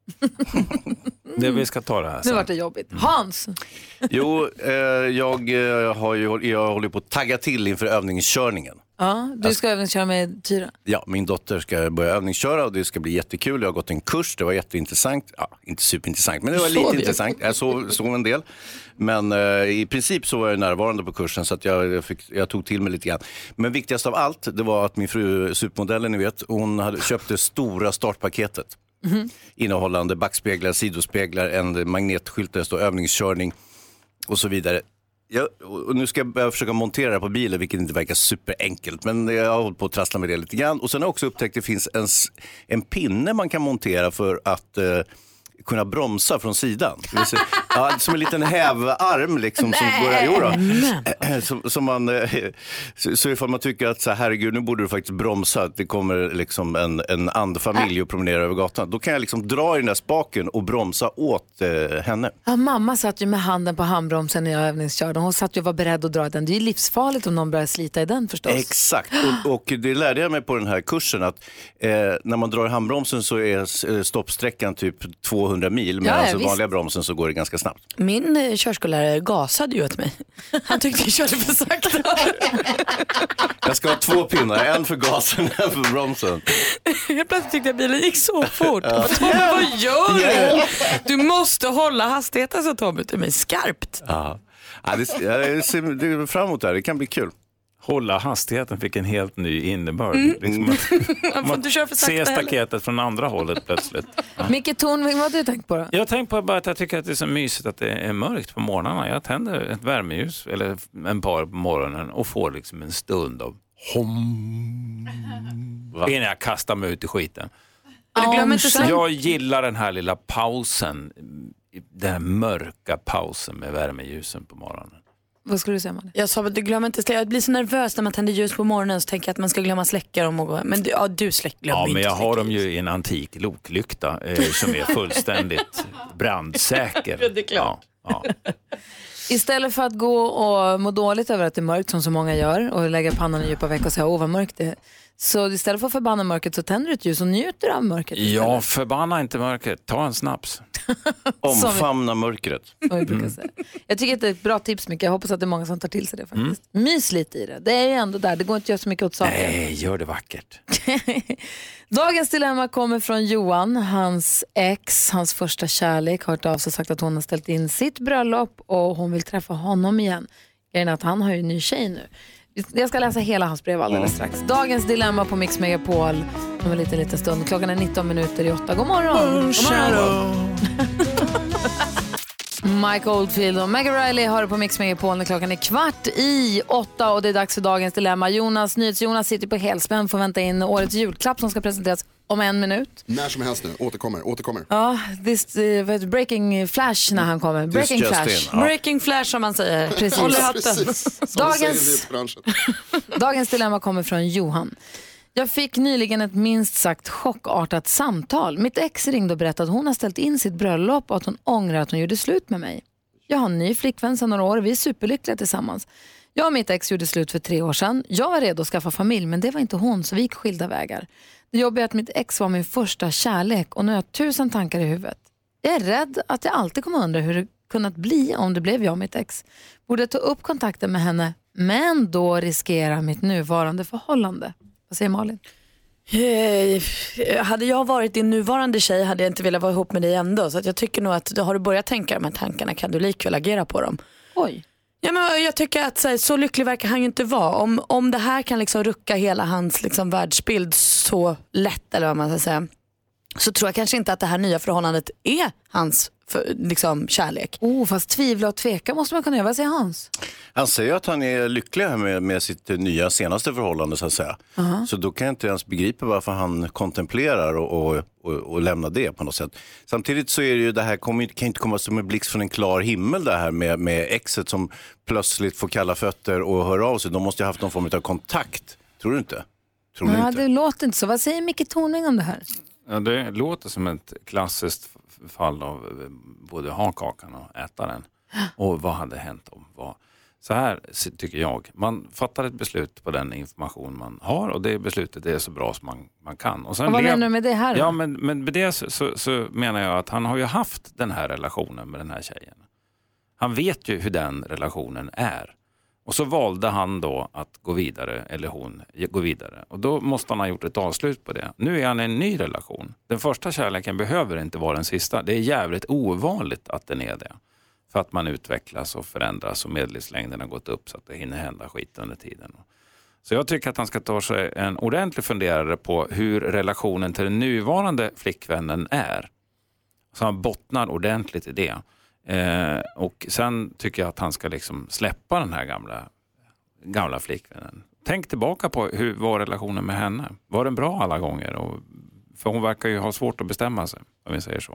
Vi ska ta det här sen. Nu vart det jobbigt. Hans! Jo, jag håller på att tagga till inför övningskörningen. Ja, du ska övningsköra med Tyra. Ja, min dotter ska börja övningsköra och det ska bli jättekul. Jag har gått en kurs, det var jätteintressant. Ja, inte superintressant, men det var lite intressant. Jag såg en del. Men i princip så var jag närvarande på kursen så att jag tog till mig lite grann. Men viktigast av allt, det var att min fru, supermodellen, ni vet, hon hade köpt det stora startpaketet. Innehållande backspeglar, sidospeglar, en magnetskylt där det står övningskörning och så vidare. Och nu ska jag börja försöka montera det på bilen, vilket inte verkar superenkelt, men jag har hållit på att trassla med det lite grann. Och sen har jag också upptäckt att det finns en pinne man kan montera för att kunna bromsa från sidan. Ja, som en liten hävarm liksom, som går så ifall man tycker att så här, herregud, nu borde du faktiskt bromsa, att det kommer liksom en andfamilj och promenerar över gatan. Då kan jag liksom dra i den där spaken och bromsa åt henne. Ja, mamma satt ju med handen på handbromsen när jag övningskörde. Hon satt ju och var beredd att dra i den. Det är ju livsfarligt om någon börjar slita i den förstås. Exakt, och det lärde jag mig på den här kursen att när man drar i handbromsen så är stoppsträckan typ 200 mil, men alltså vanliga bromsen så går det ganska snabbt. Min körskollärare gasade ju åt mig. Han tyckte jag körde för sakta. Jag ska ha 2 pinnar, en för gasen och en för bromsen. Jag plötsligt tyckte jag bilen gick så fort. Ja. Tommy, vad gör du? Du måste hålla hastigheten, så Tommy till mig skarpt. Ja. Jag ser fram emot det här, det kan bli kul. Hålla hastigheten fick en helt ny innebörd. Man ser staketet från andra hållet plötsligt. Micke Tornving, vad har du tänkt på då? Jag har tänkt på bara att jag tycker att det är så mysigt att det är mörkt på morgnarna. Jag tänder ett värmeljus eller en par på morgonen och får liksom en stund av innan jag kastar mig ut i skiten. Jag gillar den här lilla pausen, den här mörka pausen med värmeljusen på morgonen. Vad skulle du säga, Manny? Jag sa att du glömmer inte släcka. Jag blir så nervös när man tänder ljus på morgonen, så tänker jag att man ska glömma släcka dem. Men du glömmer inte. Ja, men jag har dem ju i en antik loklykta som är fullständigt brandsäker. Det är klart. Ja. Istället för att gå och må dåligt över att det är mörkt, som så många gör, och lägga pannan i djupa veck och säga vad mörkt det är. Så istället för att förbanna mörkret så tänder du ett ljus och njuter av mörkret istället. Ja, förbanna inte mörkret. Ta en snaps. Omfamna mörkret. Jag tycker att det är ett bra tips, mycket. Jag hoppas att det är många som tar till sig det faktiskt. Mys lite i det. Det är ju ändå där. Det går inte att göra så mycket åt saker. Nej, gör det vackert. Dagens dilemma kommer från Johan. Hans ex, hans första kärlek, har hört av sig och sagt att hon har ställt in sitt bröllop och hon vill träffa honom igen. Grejen är att han har ju en ny tjej nu. Jag ska läsa hela hans brev alldeles strax. Dagens dilemma på Mix Megapol om en liten stund. Klockan är 19:08. God morgon! God morgon! Mike Oldfield och Maggie Riley har det på Mix Megapol när klockan är 7:15 och det är dags för dagens dilemma. Jonas sitter på helspänn, får vänta in årets julklapp som ska presenteras om 1 minut. När som helst nu, återkommer. Ja, breaking flash när han kommer. Breaking flash. Ja. Breaking flash som man säger. Precis. Håll i hatten. Dagens dilemma kommer från Johan. Jag fick nyligen ett minst sagt chockartat samtal. Mitt ex ringde och berättade att hon har ställt in sitt bröllop och att hon ångrar att hon gjorde slut med mig. Jag har en ny flickvän sedan några år och vi är superlyckliga tillsammans. Jag och mitt ex gjorde slut för 3 år sedan. Jag var redo att skaffa familj, men det var inte hon, så vi gick skilda vägar. Det jobbiga är att mitt ex var min första kärlek och nu har jag 1000 tankar i huvudet. Jag är rädd att jag alltid kommer undra hur det kunnat bli om det blev jag och mitt ex. Borde ta upp kontakten med henne, men då riskera mitt nuvarande förhållande. Vad säger Malin? Hade jag varit din nuvarande tjej hade jag inte velat vara ihop med dig ändå. Så att jag tycker nog att har du börjat tänka de här tankarna kan du likväl agera på dem. Oj. Ja, men jag tycker att så lycklig verkar han ju inte vara. Om det här kan liksom rucka hela hans liksom världsbild så lätt, eller vad man ska säga, så tror jag kanske inte att det här nya förhållandet är hans liksom kärlek. Fast tvivla och tveka måste man kunna göra. Vad säger Hans? Han säger att han är lycklig med sitt nya senaste förhållande, så att säga. Så då kan jag inte ens begripa varför han kontemplerar och lämnar det på något sätt. Samtidigt så är det ju det här kan inte komma som en blixt från en klar himmel, det här med exet som plötsligt får kalla fötter och hör av sig. De måste ha haft någon form av kontakt. Tror du inte? Det låter inte så. Vad säger Micke Tornving om det här? Ja, det låter som ett klassiskt fall av både ha kakan och äta den. Och vad hade hänt om Så här tycker jag. Man fattar ett beslut på den information man har och det beslutet är så bra som man kan. Och vad menar du med det här då? Ja, men med det så menar jag att han har ju haft den här relationen med den här tjejen. Han vet ju hur den relationen är. Och så valde han då att gå vidare, eller hon gå vidare. Och då måste han ha gjort ett avslut på det. Nu är han i en ny relation. Den första kärleken behöver inte vara den sista. Det är jävligt ovanligt att den är det. För att man utvecklas och förändras och medellivslängden har gått upp så att det hinner hända skit under tiden. Så jag tycker att han ska ta sig en ordentlig funderare på hur relationen till den nuvarande flickvännen är. Så han bottnar ordentligt i det. Och sen tycker jag att han ska liksom släppa den här gamla flickvännen. Tänk tillbaka på hur var relationen med henne. Var den bra alla gånger? För hon verkar ju ha svårt att bestämma sig, om vi säger så.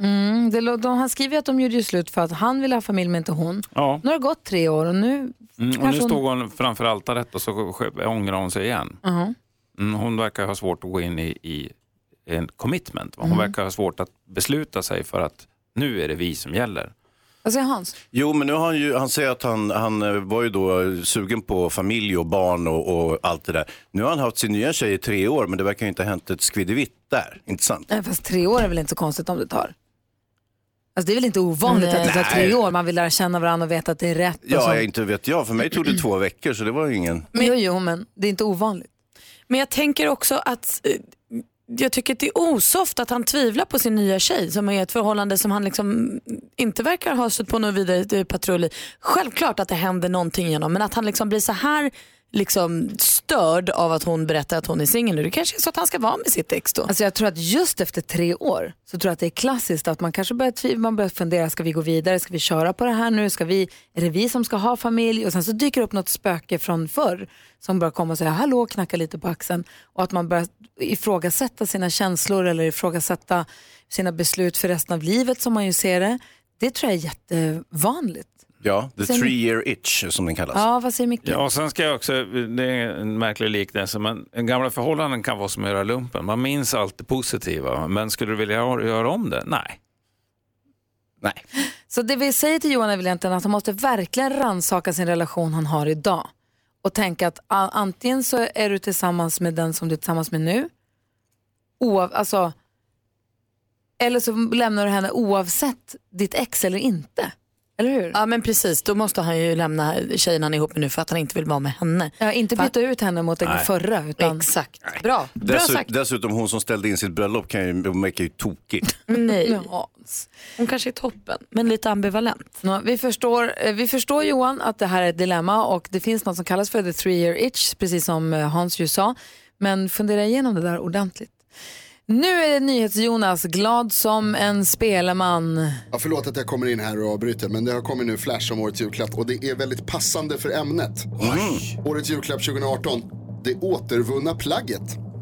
Han skriver att de gjorde ju slut för att han ville ha familj men inte hon. Ja. Nu har det gått 3 år och nu... och nu stod hon framför altaret och så ångrar hon sig igen. Hon verkar ha svårt att gå in i en commitment. Hon verkar ha svårt att besluta sig för att nu är det vi som gäller. Vad säger Hans? Jo, men nu har han säger att han var ju då sugen på familj och barn och allt det där. Nu har han haft sin nya tjej i 3 år, men det verkar ju inte ha hänt ett skviddevitt där. Inte sant? Nej, fast 3 år är väl inte så konstigt om det tar. Alltså det är väl inte ovanligt att det tar 3 år. Man vill lära känna varandra och veta att det är rätt. Ja, inte vet jag. För mig tog det 2 veckor, så det var ju ingen... Men det är inte ovanligt. Men jag tänker också att... Jag tycker att det är osoft att han tvivlar på sin nya tjej som är ett förhållande som han liksom inte verkar ha stött på någon vidare patrull i. Självklart att det händer någonting genom, men att han liksom blir så här liksom störd av att hon berättar att hon är singel nu. Det kanske är så att han ska vara med sitt ex då. Alltså jag tror att just efter 3 år så tror jag att det är klassiskt att man kanske börjar fundera, ska vi gå vidare, ska vi köra på det här nu, är det vi som ska ha familj? Och sen så dyker upp något spöke från förr som börjar komma och säga hallå och knacka lite på axeln och att man börjar ifrågasätta sina känslor eller ifrågasätta sina beslut för resten av livet som man ju ser det. Det tror jag är jättevanligt. Ja, the 3-year itch som den kallas. Ja, vad säger Micke? Ja, och sen ska jag också, det är en märklig liknelse, men en gamla förhållanden kan vara som att göra lumpen. Man minns allt det positiva, men skulle du vilja göra om det? Nej. Så det vi säger till Johan är väl egentligen att han måste verkligen rannsaka sin relation han har idag. Och tänka att antingen så är du tillsammans med den som du är tillsammans med nu. Eller så lämnar du henne oavsett ditt ex eller inte. Eller hur? Ja, men precis. Då måste han ju lämna tjejen han är ihop med nu för att han inte vill vara med henne. Ja, inte byta ut henne mot den förra. Utan... Exakt. Bra sagt. Dessutom hon som ställde in sitt bröllop kan ju tokigt. Nej. Ja. Hon kanske är toppen, men lite ambivalent. Ja, vi förstår Johan att det här är ett dilemma och det finns något som kallas för the 3-year itch, precis som Hans ju sa. Men fundera igenom det där ordentligt. Nu är det NyhetsJonas, glad som en spelman. Ja, förlåt att jag kommer in här och avbryter, men det har kommit nu flash om årets julklapp och det är väldigt passande för ämnet. Årets julklapp 2018, det återvunna plagget.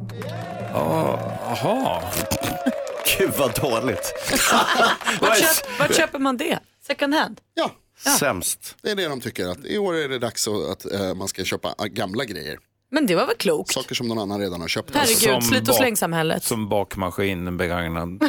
Jaha. Gud vad dåligt. Vart köper man det? Second hand? Ja. Sämst. Det är det de tycker, att i år är det dags att man ska köpa gamla grejer. Men det var väl klokt? Saker som någon annan redan har köpt. Herregud, slit och slängsamhället. Som bakmaskin, en begagnad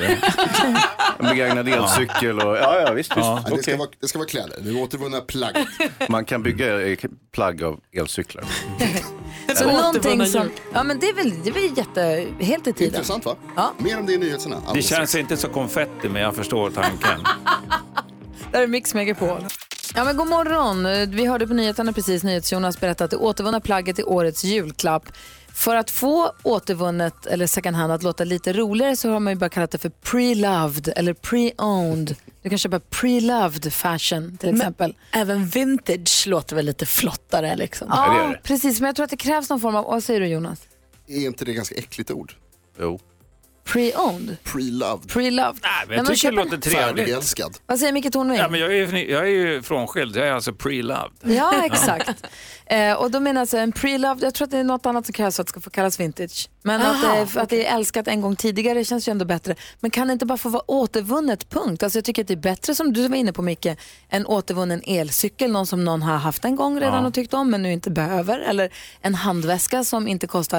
elcykel och ja visst. Ja. Det ska vara kläder, det återvunna plagg. Man kan bygga plagg av elcyklar. Så någonting som, ja men det är väl helt i tiden. Intressant va? Ja. Mer om det i nyheterna. Det känns inte så konfetti, men jag förstår tanken. Där är Mix Megapol. Ja men god morgon, vi hörde på nyheterna precis, NyhetsJonas berättade att det återvunna plagget är årets julklapp. För att få återvunnet eller second hand att låta lite roligare så har man ju bara kallat det för pre-loved eller pre-owned. Du kan köpa pre-loved fashion till exempel. Men även vintage låter väl lite flottare liksom. Ja, det. Precis, men jag tror att det krävs någon form av, vad säger du Jonas? Är inte det ganska äckligt ord? Jo. Pre-owned? Pre-loved. Pre-loved. Nej, men jag tycker det låter trevligt. Älskad. Vad säger Micke Tornving? Ja, men jag är ju frånskild, jag är alltså pre-loved. Ja, exakt. Och då menar jag en pre-loved, jag tror att det är något annat som krävs för att det ska få kallas vintage. Men att det är älskat en gång tidigare känns ju ändå bättre. Men kan det inte bara få vara återvunnet, punkt? Alltså jag tycker att det är bättre, som du var inne på Micke, en återvunnen elcykel, någon som någon har haft en gång redan och tyckt om men nu inte behöver. Eller en handväska som inte kostar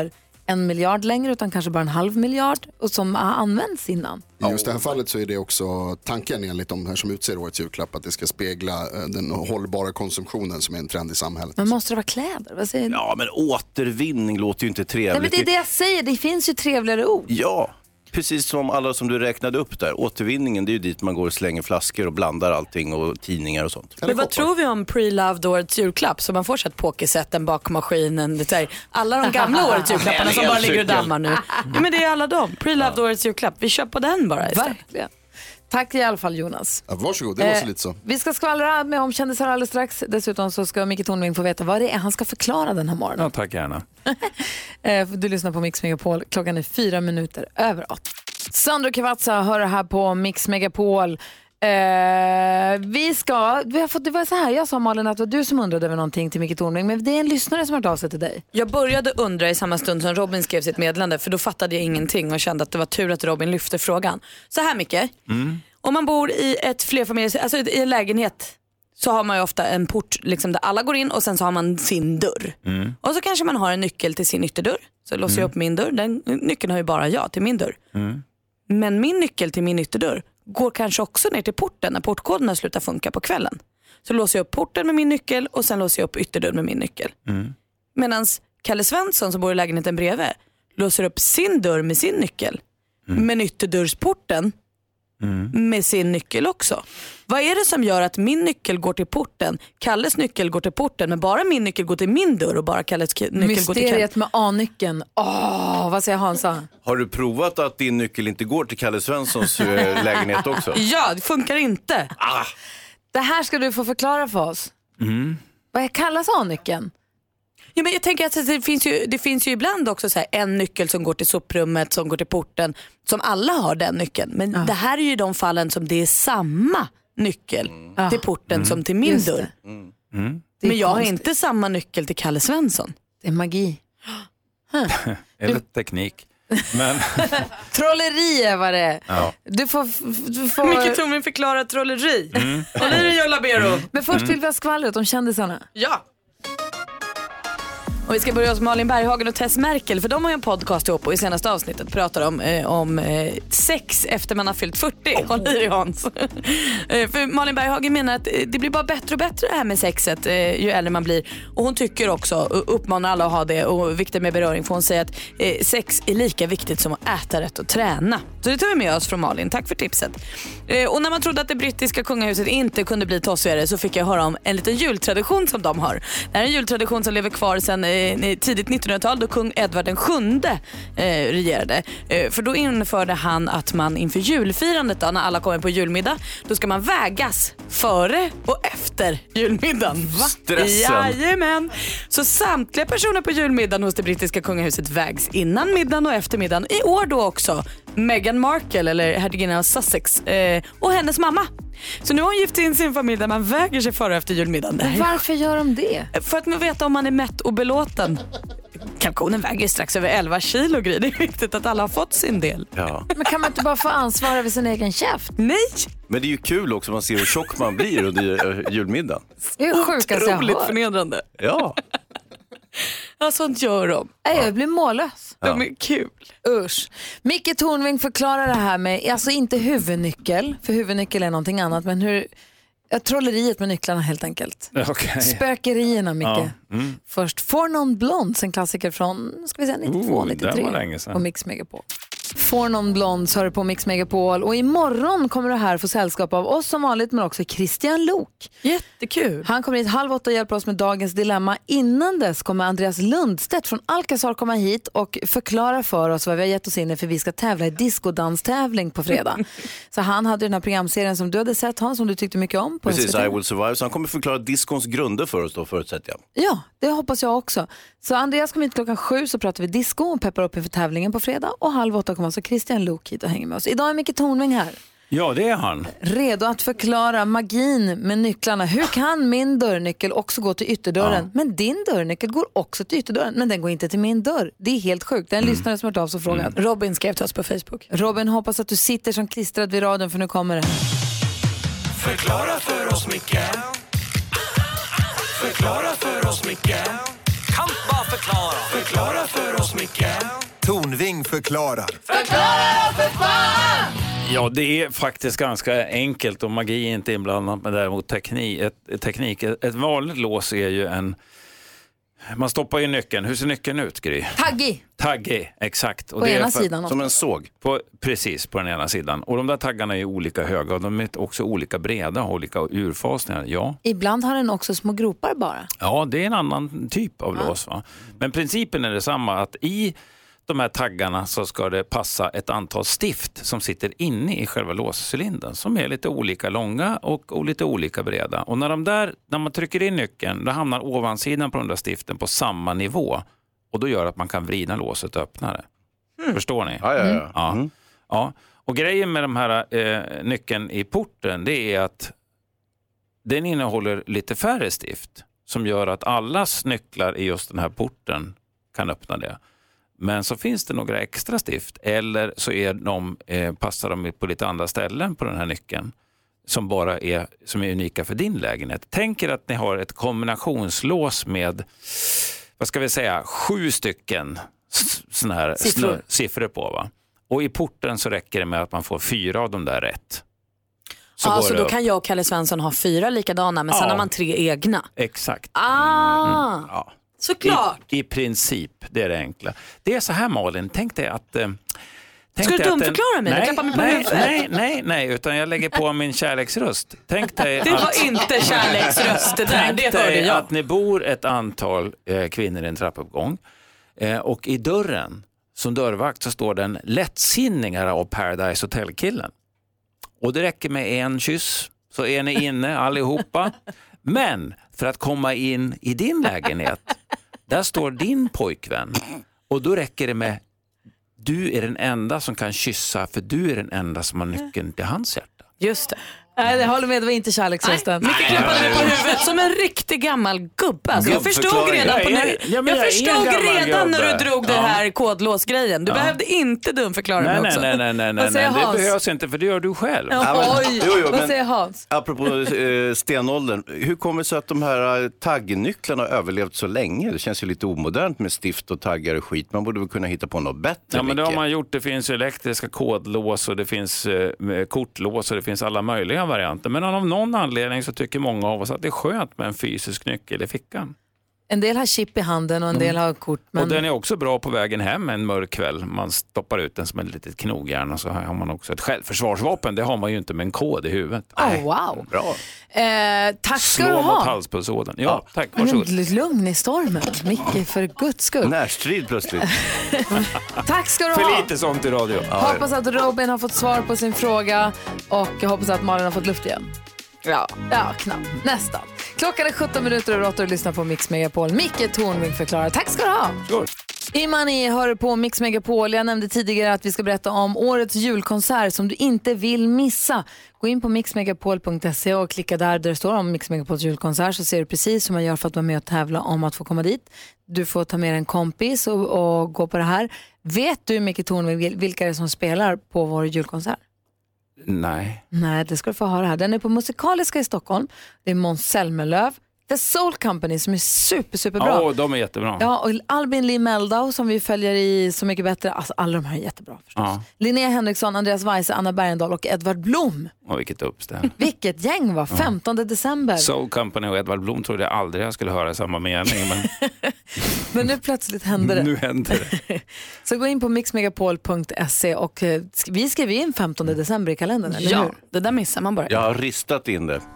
1 miljard längre utan kanske bara 0,5 miljard och som har använts innan. I just det här fallet så är det också tanken enligt de här som utser årets julklapp att det ska spegla den hållbara konsumtionen som är en trend i samhället. Men måste det vara kläder? Vad säger du? Ja, men återvinning låter ju inte trevligt. Nej, men det är det jag säger, det finns ju trevligare ord. Ja, precis som alla som du räknade upp där. Återvinningen, det är ju dit man går och slänger flaskor och blandar allting och tidningar och sånt. Men vad tror vi om pre-loved årets julklapp? Så man får så ett pokerset, en bakmaskinen, det där. Alla de gamla årets julklapparna som bara ligger och dammar nu. Ja, men det är alla de. Pre-loved årets julklapp. Vi kör på den bara istället. Verkligen. Tack i alla fall, Jonas. Ja, varsågod, det var så lite så. Vi ska skvallra med om kändisar alldeles strax. Dessutom så ska Micke Tornving få veta vad det är han ska förklara den här morgonen. Ja, tack gärna. Du lyssnar på Mix Megapol. Klockan är 4:04. Sandro Cavazza hör det här på Mix Megapol. Det var så här, jag sa Malin att det var du som undrade över någonting till Micke Tornving, men det är en lyssnare som har hört av sig till dig. Jag började undra i samma stund som Robin skrev sitt meddelande, för då fattade jag ingenting och kände att det var tur att Robin lyfte frågan. Så här, Micke, om man bor i ett flerfamiljs, alltså i en lägenhet, så har man ju ofta en port liksom, där alla går in och sen så har man sin dörr. Och så kanske man har en nyckel till sin ytterdörr. Så låser jag upp min dörr, den nyckeln har ju bara jag till min dörr. Men min nyckel till min ytterdörr går kanske också ner till porten när portkoderna slutar funka på kvällen. Så låser jag upp porten med min nyckel och sen låser jag upp ytterdörren med min nyckel. Medan Kalle Svensson som bor i lägenheten bredvid låser upp sin dörr med sin nyckel. Men ytterdörrsporten med sin nyckel också. Vad är det som gör att min nyckel går till porten, Kalles nyckel går till porten, men bara min nyckel går till min dörr och bara Kalles nyckel går till Kalle? Mysteriet med A-nyckeln. Vad säger Hansa? Har du provat att din nyckel inte går till Kalle Svenssons lägenhet också? Ja, det funkar inte. Det här ska du få förklara för oss. Vad kallas A-nyckeln? Ja, men jag tänker att det finns ju ibland också så här, en nyckel som går till soprummet, som går till porten, som alla har den nyckeln. Men det här är ju de fallen som det är samma nyckel till porten som till min dörr. Men jag har inte samma nyckel till Kalle Svensson. Det är magi. Eller teknik. Men... Trolleri är vad det är. Ja. Du får... Micke Tornving förklara trolleri. Och nu är det Jolla Bero. Men först vill vi ha skvallret om kändisarna. Ja. Och vi ska börja hos Malin Berghagen och Tess Merkel, för de har ju en podcast ihop och i senaste avsnittet pratar om sex efter man har fyllt 40. Håll i dig, Hans. För Malin Berghagen menar att det blir bara bättre och bättre det här med sexet ju äldre man blir. Och hon tycker också, uppmanar alla att ha det, och viktigt med beröring, för hon säger att sex är lika viktigt som att äta rätt och träna. Så det tar vi med oss från Malin. Tack för tipset. Och när man trodde att det brittiska kungahuset inte kunde bli tossigare, så fick jag höra om en liten jultradition som de har. Det här är en jultradition som lever kvar sedan tidigt 1900-tal, då kung Edvard den sjunde regerade. För då införde han att man inför julfirandet då, när alla kommer på julmiddag, då ska man vägas före och efter julmiddagen. Va? Stressen. Jajamän. Så samtliga personer på julmiddagen hos det brittiska kungahuset vägs innan middagen och efter middagen. I år då också Meghan Markle, eller hertiginnan av Sussex, och hennes mamma. Så nu har hon gift in sin familj där man väger sig före och efter julmiddagen. Varför gör de det? För att man vet om man är mätt och belåten. Kalkonen väger strax över 11 kilo, Gry. Det är viktigt att alla har fått sin del. Ja. Men kan man inte bara få ansvar över sin egen käft? Nej! Men det är ju kul också, man ser hur tjock man blir under julmiddagen. Det är sjukaste jag Otroligt hör. förnedrande. Ja. Ja, sånt gör de. Jag blir mållös. De är kul. Usch. Micke Tornving förklarar det här med, alltså inte huvudnyckel, för huvudnyckel är någonting annat, men hur trolleriet med nycklarna helt enkelt. Okay. Spökerierna, Micke. Ja. Först For Non Blondes, en klassiker från, ska vi säga, 92, 93 var länge sedan. på Mix Megapol. For Non Blondes hör på Mix Megapol, och imorgon kommer du här få sällskap av oss som vanligt, men också Christian Lok. Jättekul. Han kommer hit 7:30 och hjälper oss med dagens dilemma. Innan dess kommer Andreas Lundstedt från Alcazar komma hit och förklara för oss vad vi har gett oss in i, för vi ska tävla i discodanstävling på fredag. Så han hade den här programserien som du hade sett, Hans, som du tyckte mycket om på Precis, SVT. I Will Survive. Så han kommer förklara discons grunder för oss då, förutsätter jag. Ja, det hoppas jag också. Så Andreas kommer hit 7:00, så pratar vi disco och peppar upp inför tävlingen på fredag. Och 7:30 kommer alltså Christian Lok hit och hänger med oss. Idag är Micke Tornving här. Ja, det är han. Redo att förklara magin med nycklarna. Hur kan min dörrnyckel också gå till ytterdörren? Ja. Men din dörrnyckel går också till ytterdörren, men den går inte till min dörr. Det är helt sjukt. Det är en lyssnare som har hört av sig och frågat. Robin skrev till oss på Facebook. Robin, hoppas att du sitter som klistrad vid radion, för nu kommer det. Förklara för oss, Micke. Förklara för oss, Micke. Kan bara förklara. Förklara för oss, Micke. förklarar. Förklara för fan! Ja, det är faktiskt ganska enkelt och magi är inte inblandat, men däremot teknik. Ett vanligt lås är ju man stoppar ju nyckeln. Hur ser nyckeln ut, Gry? Taggig, exakt. Och på det ena är sidan. Som en såg. Precis, på den ena sidan. Och de där taggarna är olika höga och de är också olika breda och olika urfasningar. Ja. Ibland har den också små gropar bara. Ja, det är en annan typ av lås. Va? Men principen är detsamma, att i de här taggarna så ska det passa ett antal stift som sitter inne i själva låscylindern som är lite olika långa och lite olika breda. Och när man trycker in nyckeln, då hamnar ovansidan på de där stiften på samma nivå. Och då gör att man kan vrida låset och öppna det. Förstår ni? Ja. Och grejen med de här nyckeln i porten, det är att den innehåller lite färre stift som gör att allas nycklar i just den här porten kan öppna det. Men så finns det några extra stift eller så passar de på lite andra ställen på den här nyckeln som är unika för din lägenhet. Tänk er att ni har ett kombinationslås med, vad ska vi säga, 7 stycken såna här siffror på, va? Och i porten så räcker det med att man får 4 av dem där rätt. Så då kan jag och Kalle Svensson ha 4 likadana, men sen har man 3 egna. Exakt. Ja. Såklart. I princip, det är det enkla. Det är så här, Malin, tänk dig att... Ska du dumförklara mig? Klappa mig på huvudet? Nej, utan jag lägger på min kärleksröst. Tänk dig det var inte kärleksröst det där, det hörde jag. Att ni bor ett antal kvinnor i en trappuppgång och i dörren som dörrvakt så står den lättsinningar av Paradise Hotel-killen. Och det räcker med en kyss så är ni inne allihopa. Men för att komma in i din lägenhet, där står din pojkvän. Och då räcker det med, du är den enda som kan kyssa, för du är den enda som har nyckeln till hans hjärta. Just det. Nej, jag håller med, det var inte kärleksrösten. Micke klappade mig på huvudet som en riktig gammal gubbe. Alltså, jag förstod redan när du drog den här kodlåsgrejen. Du behövde inte dumförklara mig också. Nej, det behövs inte, för det gör du själv. Vad säger Hans? Apropå stenåldern, hur kommer det sig att de här taggnycklarna har överlevt så länge? Det känns ju lite omodernt med stift och taggar och skit. Man borde väl kunna hitta på något bättre. Ja, men det har man gjort. Det finns elektriska kodlås och det finns kortlås och det finns alla möjliga varianter. Men av någon anledning så tycker många av oss att det är skönt med en fysisk nyckel i fickan. En del har chip i handen och en del har kort. Men... Och den är också bra på vägen hem en mörk kväll. Man stoppar ut den som ett litet knogjärn och så har man också ett självförsvarsvapen. Det har man ju inte med en kod i huvudet. Wow. Bra. Tack ska du ha. Slå mot halspulsådern. Ja, tack. Varsågod. Lugn i stormen. Micke, för guds skull. Närstrid plötsligt. Tack ska du ha. För lite sånt i radio. Hoppas att Robin har fått svar på sin fråga och jag hoppas att Malin har fått luft igen. Ja, knappt. Nästan. Klockan är 17:08 och lyssnar på Mix Megapol. Micke Tornving förklarar. Tack ska du ha. Skål. Imani hör på Mix Megapol. Jag nämnde tidigare att vi ska berätta om årets julkonsert som du inte vill missa. Gå in på mixmegapol.se och klicka där det står om Mix Megapols julkonsert, så ser du precis hur man gör för att vara med och tävla om att få komma dit. Du får ta med en kompis och gå på det här. Vet du, Micke Tornving, vilka det är som spelar på vår julkonsert? Nej, det ska du få höra här. Den är på Musikaliska i Stockholm. Det är Måns Zelmerlöw, The Soul Company som är superbra. Ja, de är jättebra. Ja, och Albin Lee Meldau som vi följer i Så mycket bättre. Alltså alla de här är jättebra förstås. Ja. Linnea Henriksson, Andreas Weise, Anna Bergendahl och Edvard Blom. Och vilket uppställ. Vilket gäng var 15 december. Soul Company och Edvard Blom trodde jag aldrig jag skulle höra i samma mening. Men nu plötsligt händer det. Nu händer det. Så gå in på mixmegapol.se och vi skrev in 15 december i kalendern, eller hur? Det där missar man bara. Jag har ristat in det.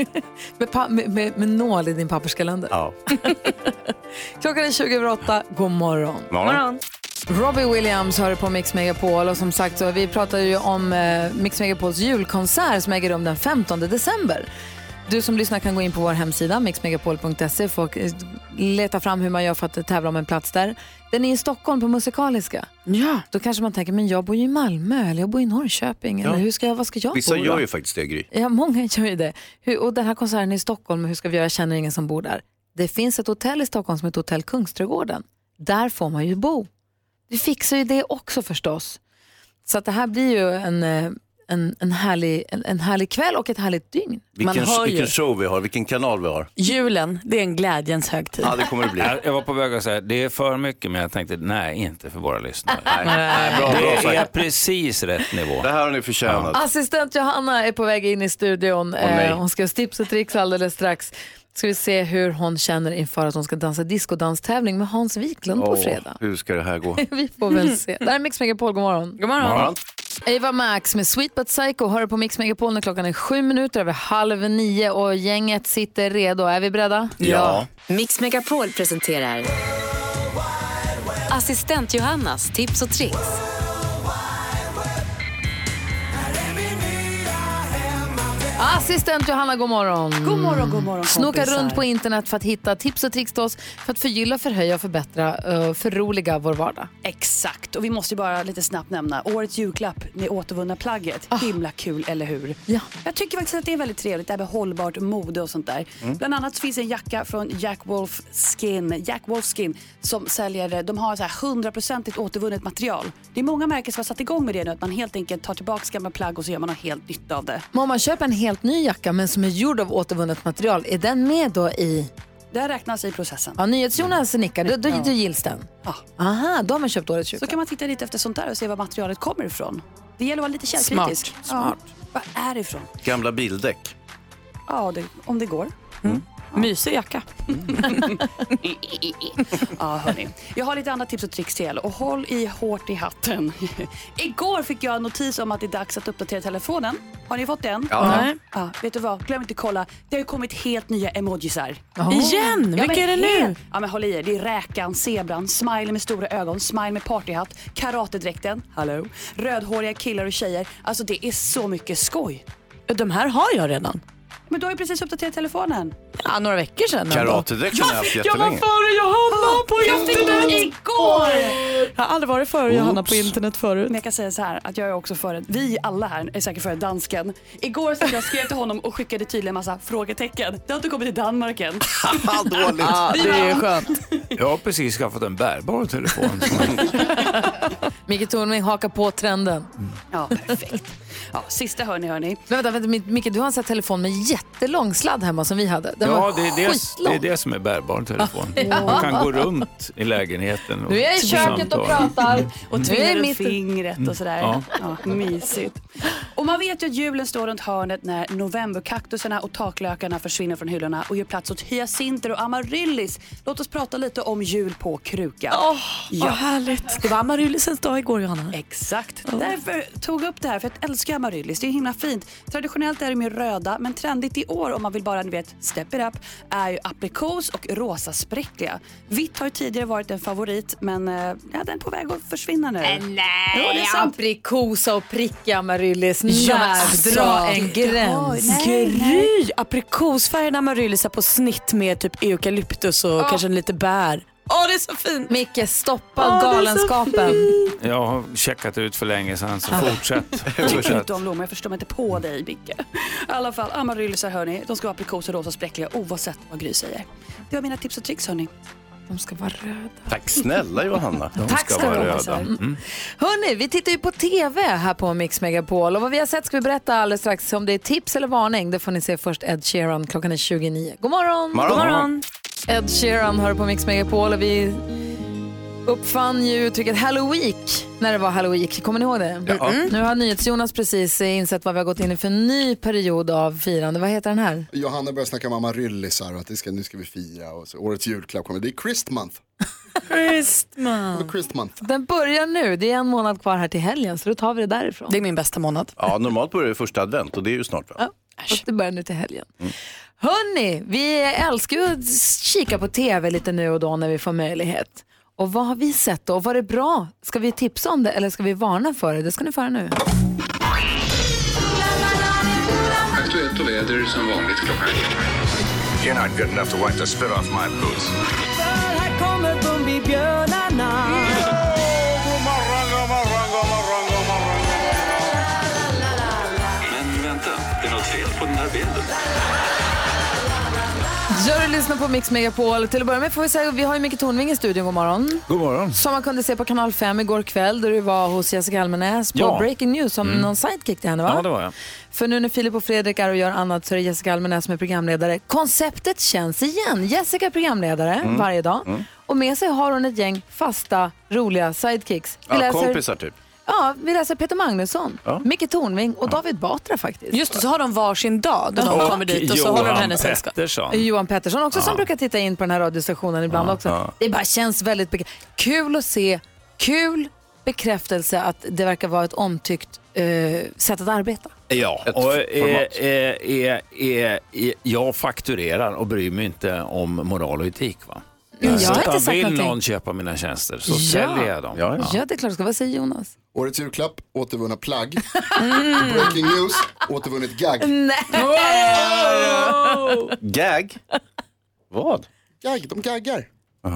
med nål i din papperskalender. Ja. Klockan är 20:08. God morgon. Morgon. Robbie Williams hör på Mix Megapol och som sagt så vi pratar ju om Mix Megapols julkonsert som äger rum den 15 december. Du som lyssnar kan gå in på vår hemsida mixmegapol.se för att leta fram hur man gör för att tävla om en plats där. Den är i Stockholm på Musikaliska. Ja. Då kanske man tänker, men jag bor ju i Malmö eller jag bor i Norrköping. Eller vad ska jag bo? Vissa gör ju faktiskt det, Gry. Ja, många gör ju det. Och den här konserten är i Stockholm, hur ska vi göra? Jag känner ingen som bor där. Det finns ett hotell i Stockholm som heter Hotell Kungsträdgården. Där får man ju bo. Vi fixar ju det också förstås. Så att det här blir ju en härlig kväll och ett härligt dygn. Vilken show vi har, vilken kanal vi har. Julen, det är en glädjens högtid. Ja, det kommer det bli. Jag var på väg att säga, det är för mycket, men jag tänkte, nej, inte för våra lyssnare. Det är precis rätt nivå. Det här har ni förtjänat. Assistent Johanna är på väg in i studion. Hon ska ha tips och tricks alldeles strax. Ska vi se hur hon känner inför att hon ska dansa discodanstävling med Hans Wiklund på fredag. Hur ska det här gå? Vi får väl se. Där är Mix Megapol, god morgon. God morgon. Ava Max med Sweet But Psycho hör på Mix Megapol när klockan är 7:07 och gänget sitter redo. Är vi beredda? Ja. Mix Megapol presenterar Assistent Johannas tips och tricks. Assistent Johanna, god morgon. God morgon, god morgon. Snoka runt på internet för att hitta tips och tricks till oss för att förgylla, förhöja och förbättra, förroliga vår vardag. Exakt, och vi måste ju bara lite snabbt nämna årets julklapp, det återvunna plagget. Himla kul, eller hur? Ja. Jag tycker faktiskt att det är väldigt trevligt, det här med hållbart mode och sånt där. Bland annat finns en jacka från Jack Wolfskin som säljer, de har så här 100% återvunnet material. Det är många märken som har satt igång med det nu, att man helt enkelt tar tillbaka gamla plagg och så gör man helt nytta av det. Men om man köper en helt ny jacka men som är gjord av återvunnet material, är den med då i... Det räknas i processen. Ja, NyhetsJonas nickar, då gills den. Ja. Aha, då har man köpt årets julklapp. Så kan man titta lite efter sånt där och se var materialet kommer ifrån. Det gäller att vara lite källkritisk. Smart. Vad är det ifrån? Gamla bildäck. Ja, om det går. Mysig jacka. Ja, hörni. Jag har lite andra tips och tricks till och håll i hårt i hatten. Igår fick jag en notis om att det är dags att uppdatera telefonen. Har ni fått den? Ja. Ja, vet du vad? Glöm inte kolla. Det har ju kommit helt nya emojisar. Igen? Vilka är det nu? Ja, men håll i er. Det är räkan, zebran, smiley med stora ögon, smile med partyhatt, karatedräkten, hallå, rödhåriga killar och tjejer. Alltså det är så mycket skoj. De här har jag redan. Men du har ju precis uppdaterat telefonen. Ja, några veckor sedan. Karatedräkten har jag haft Jag var jättelänge. före Johanna på internet igår. Jag har aldrig varit före Johanna på internet förut. Men jag kan säga så här att jag är också före. Vi alla här är säkert före dansken. Igår så jag skrev till honom och skickade tydligen en massa frågetecken. Det har inte kommit till Danmark än. Dåligt. Ja, det är ju skönt. Jag har precis skaffat en bärbar telefon. Micke Tornving hakar på trenden. Ja, perfekt. Ja, sista hörni. Men vänta, Micke, du har en sån här telefon med jättelång sladd hemma som vi hade. Den var det är det som är bärbar telefon. Ja. Man kan gå runt i lägenheten. Nu är jag i köket och pratar. Och tvingar ut fingret och sådär. Ja. Ja, mysigt. Och man vet ju att julen står runt hörnet när novemberkaktusarna och taklökarna försvinner från hyllorna och ger plats åt hyacinter och amaryllis. Låt oss prata lite om jul på kruka. Vad härligt. Det var amaryllisens dag igår, Johanna. Exakt. Därför tog jag upp det här för jag älskar amaryllis. Det är himla fint. Traditionellt är det mer röda, men trendigt i år om man vill bara, ni vet, step it up, är ju aprikos och rosa spräckliga. Vitt har ju tidigare varit en favorit, men den är på väg att försvinna nu. Nej, aprikosa och pricka amaryllis. Dra en gräns. Gry! Aprikosfärgen amaryllis på snitt med typ eukalyptus och kanske lite bär. Det är så fint. Micke, stoppa galenskapen. Jag har checkat ut för länge sedan, så fortsätt. Tycker inte om blommor, jag förstår mig inte på dig, Micke. I alla fall, amaryllisar hörni, de ska vara aprikos och rosa spräckliga oavsett vad Gry säger. Det var mina tips och tricks hörni. De ska vara röda. Tack snälla Johanna. Tack ska vara röda. Hörrni, vi tittar ju på TV här på Mix Megapol och vad vi har sett ska vi berätta alldeles strax. Om det är tips eller varning, det får ni se först. Ed Sheeran, klockan är 29. God morgon! God morgon! Ed Sheeran hör på Mix Megapol och vi uppfann ju uttrycket Halloween när det var Halloween. Kommer ni ihåg det? Ja. Nu har NyhetsJonas precis insett vad vi har gått in i för en ny period av firande. Vad heter den här? Johanna börjar snacka om amaryllisar och att nu ska vi fira och så årets julklapp kommer. Det är Christmonth. Christmonth. Den börjar nu. Det är en månad kvar här till helgen, så då tar vi det därifrån. Det är min bästa månad. Ja, normalt börjar det första advent och det är ju snart, va? Ja, fast det börjar nu till helgen. Hörrni, vi älskar ju att kika på TV lite nu och då när vi får möjlighet. Och vad har vi sett då? Var det bra? Ska vi tipsa om det eller ska vi varna för det? Det ska ni föra nu. Aktuellt och väder som vanligt klockan. You're not good enough to wipe the spit off my boots. Här kommer Bumbibjörnarna. Men vänta, det är något fel på den här bilden. Du lyssnar på Mix Megapol. Till att börja med får vi säga att vi har ju Micke Tornving i studion. God morgon. God morgon. Som man kunde se på Kanal 5 igår kväll där du var hos Jessica Almenäs på Breaking News som någon sidekick till henne, va? Ja, det var jag. För nu när Filip och Fredrik är och gör annat så är det Jessica Almenäs som är programledare. Konceptet känns igen. Jessica är programledare varje dag. Och med sig har hon ett gäng fasta, roliga sidekicks. Kompisar typ. Ja, vi läser Peter Magnusson, Micke Tornving och David Batra faktiskt. Just det, så har de varsin dag då de kommer dit och så håller de hennes sällskap. Johan Pettersson också som brukar titta in på den här radiostationen ibland också. Det bara känns väldigt kul att se, kul bekräftelse att det verkar vara ett omtyckt sätt att arbeta. Ja, och jag fakturerar och bryr mig inte om moral och etik, va? Vill någon köpa mina tjänster så säljer jag dem. Ja, det är klart. Vad säger Jonas? Årets julklapp, återvunna plagg. Breaking news, återvunnet gag. Nej. Gag? Vad? Gag, de gaggar.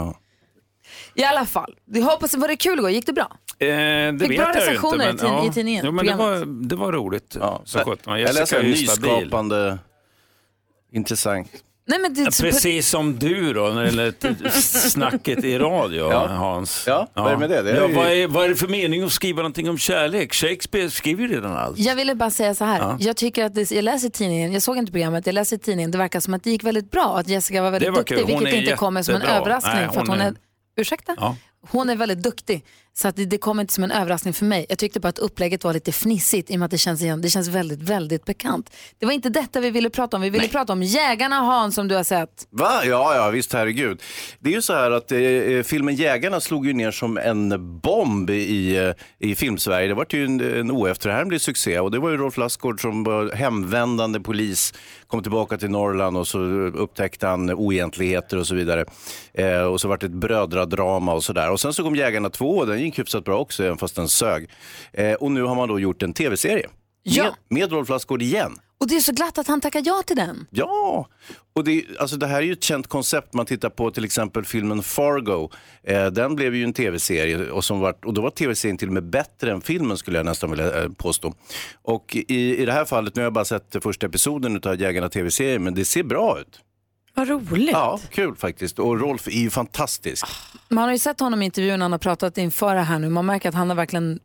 I alla fall, vi hoppas, var det kul igår? Gick det bra? Det fick vet bra jag recensioner inte, men, i tidningen. Jo, men det var roligt. Ja, jag läser nyskapande, intressant. Nej, men precis som du då, när det gäller snacket i radio, Hans. Ja, vad är det med det? Vad är det för mening att skriva någonting om kärlek? Shakespeare skriver ju redan allt. Jag ville bara säga så här. Jag tycker att jag läser tidningen, jag såg inte programmet, jag läser tidningen, det verkar som att det gick väldigt bra, att Jessica var väldigt duktig, vilket inte kommer som en överraskning. För att hon är... Ursäkta? Ja. Hon är väldigt duktig, så att det kommer inte som en överraskning för mig. Jag tyckte bara att upplägget var lite fnissigt i och med att det känns väldigt, väldigt bekant. Det var inte detta vi ville prata om. Vi ville prata om Jägarna, Hans, som du har sett. Va? Ja, visst, herregud. Det är ju så här att filmen Jägarna slog ju ner som en bomb i filmsverige. Det var ju en oefterhärmlig succé, och det var ju Rolf Lassgård som var hemvändande polis, kom tillbaka till Norrland och så upptäckte han oegentligheter och så vidare. Och så var det ett brödradrama och sådär. Och sen så kom Jägarna 2 och den gick hyfsat bra också, även fast den sög. Och nu har man då gjort en tv-serie med Rolf Lassgård igen. Och det är så glatt att han tackar ja till den. Ja, och det här är ju ett känt koncept. Man tittar på till exempel filmen Fargo. Den blev ju en tv-serie och då var tv-serien till och med bättre än filmen, skulle jag nästan vilja påstå. Och i det här fallet, nu har jag bara sett första episoden av Jägarna tv-serien, men det ser bra ut. Vad roligt. Ja, kul faktiskt. Och Rolf är ju fantastisk. Man har ju sett honom i intervjun, han har pratat inför det här nu. Man märker att han har verkligen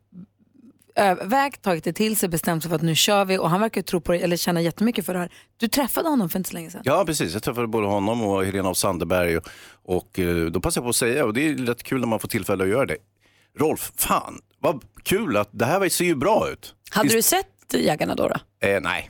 tagit det till sig, bestämt sig för att nu kör vi, och han verkar tro på det, eller känna jättemycket för det här. Du träffade honom för inte så länge sedan. Ja, precis. Jag träffade både honom och Helena af Sandeberg och då passar jag på att säga, och det är rätt kul när man får tillfälle att göra det. Rolf, fan, vad kul att det här ser ju bra ut. Hade du sett Jägarna då? Nej.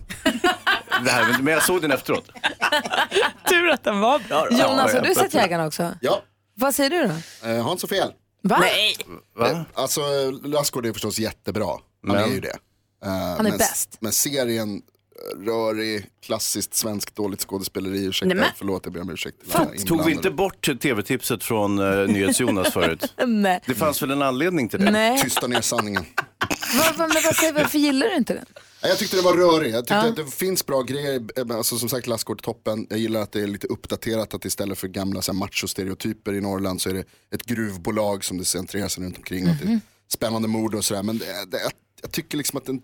Men jag såg den efteråt. Tur att den var bra. Jonas, har du sett Jägarna också? Ja. Vad säger du då? Hans så fel. Va? Nej. Va? Alltså, Lassgård är förstås jättebra. Han är ju det. Han är bäst. Men serien rörig, klassiskt svenskt dåligt skådespeleri. Förlåt, jag ber om ursäkt. Tog vi inte bort tv-tipset från NyhetsJonas förut? Nej. Det fanns väl en anledning till det? Nej. Tysta ner sanningen. Varför gillar du inte den? Jag tyckte det var rörig. Jag tyckte att det finns bra grejer. Alltså, som sagt, Lassgård toppen. Jag gillar att det är lite uppdaterat, att istället för gamla machostereotyper i Norrland så är det ett gruvbolag som det centrerar sig runt omkring. Och det är spännande mord och sådär. Men jag tycker liksom att den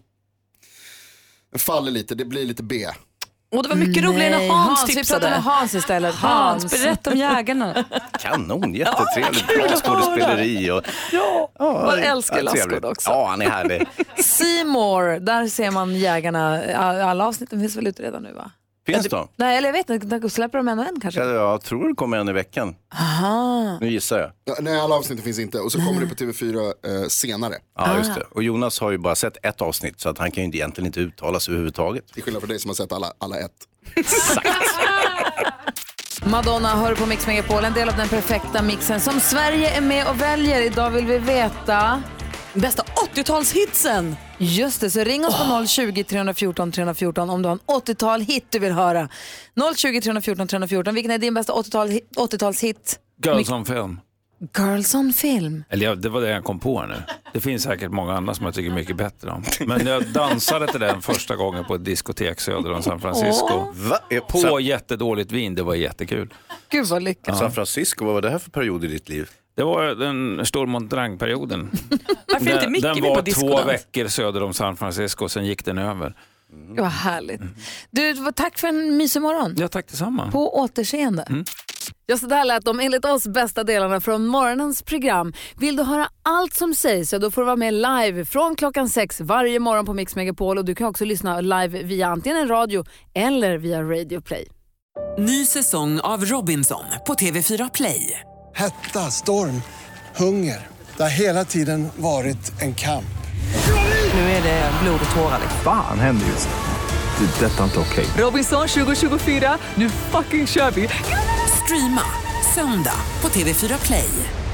faller lite. Det blir lite B. Och det var mycket roligare när Hans tipsade. Vi pratar med Hans istället. Hans, berätta om Jägarna. Kanon, jättetrevligt. Bra skådespeleri. Man älskar Lassgård också. Ja, han är härlig. Seymour, där ser man Jägarna. Alla avsnitten finns väl ute redan nu, va? Finns det? Nej, eller jag vet inte. Släpper de en kanske? Jag tror det kommer en i veckan. Aha. Nu gissar jag. Ja, nej, alla avsnitt finns inte. Och så kommer det på TV4 senare. Ja, just det. Och Jonas har ju bara sett ett avsnitt, så att han kan ju egentligen inte uttala sig överhuvudtaget. Till skillnad från dig som har sett alla ett. Exakt. Madonna hör på Mix Megapol, en del av den perfekta mixen som Sverige är med och väljer. Idag vill vi veta bästa 80-talshitsen. Just det, så ring oss på 020 314 314 om du har en 80-tal hit du vill höra. 020 314 314, vilken är din bästa 80-talshit? Girls on film. Girls on film. Eller ja, det var det jag kom på nu. Det finns säkert många andra som jag tycker mycket bättre om. Men jag dansade till den första gången på ett diskotek söder om San Francisco. På jättedåligt vin, det var jättekul. Gud vad lyckat. San Francisco, vad var det här för period i ditt liv? Det var den Stormont Drang-perioden. Varför inte Micke den på var diskodans? 2 veckor söder om San Francisco, sen gick den över. Det var härligt. Du, tack för en mysig morgon. Ja, tack detsamma. På återseende. Ja, så där lät de enligt oss bästa delarna från morgonens program. Vill du höra allt som sägs så då får du vara med live från 6:00 varje morgon på Mix Megapol. Och du kan också lyssna live via antingen en radio eller via Radio Play. Ny säsong av Robinson på TV4 Play. Hetta, storm, hunger. Det har hela tiden varit en kamp. Nu är det blod och tårar. Fan händer just det. Det är detta inte okej. Robinson 2024, nu fucking kör vi. Streama söndag på TV4 Play.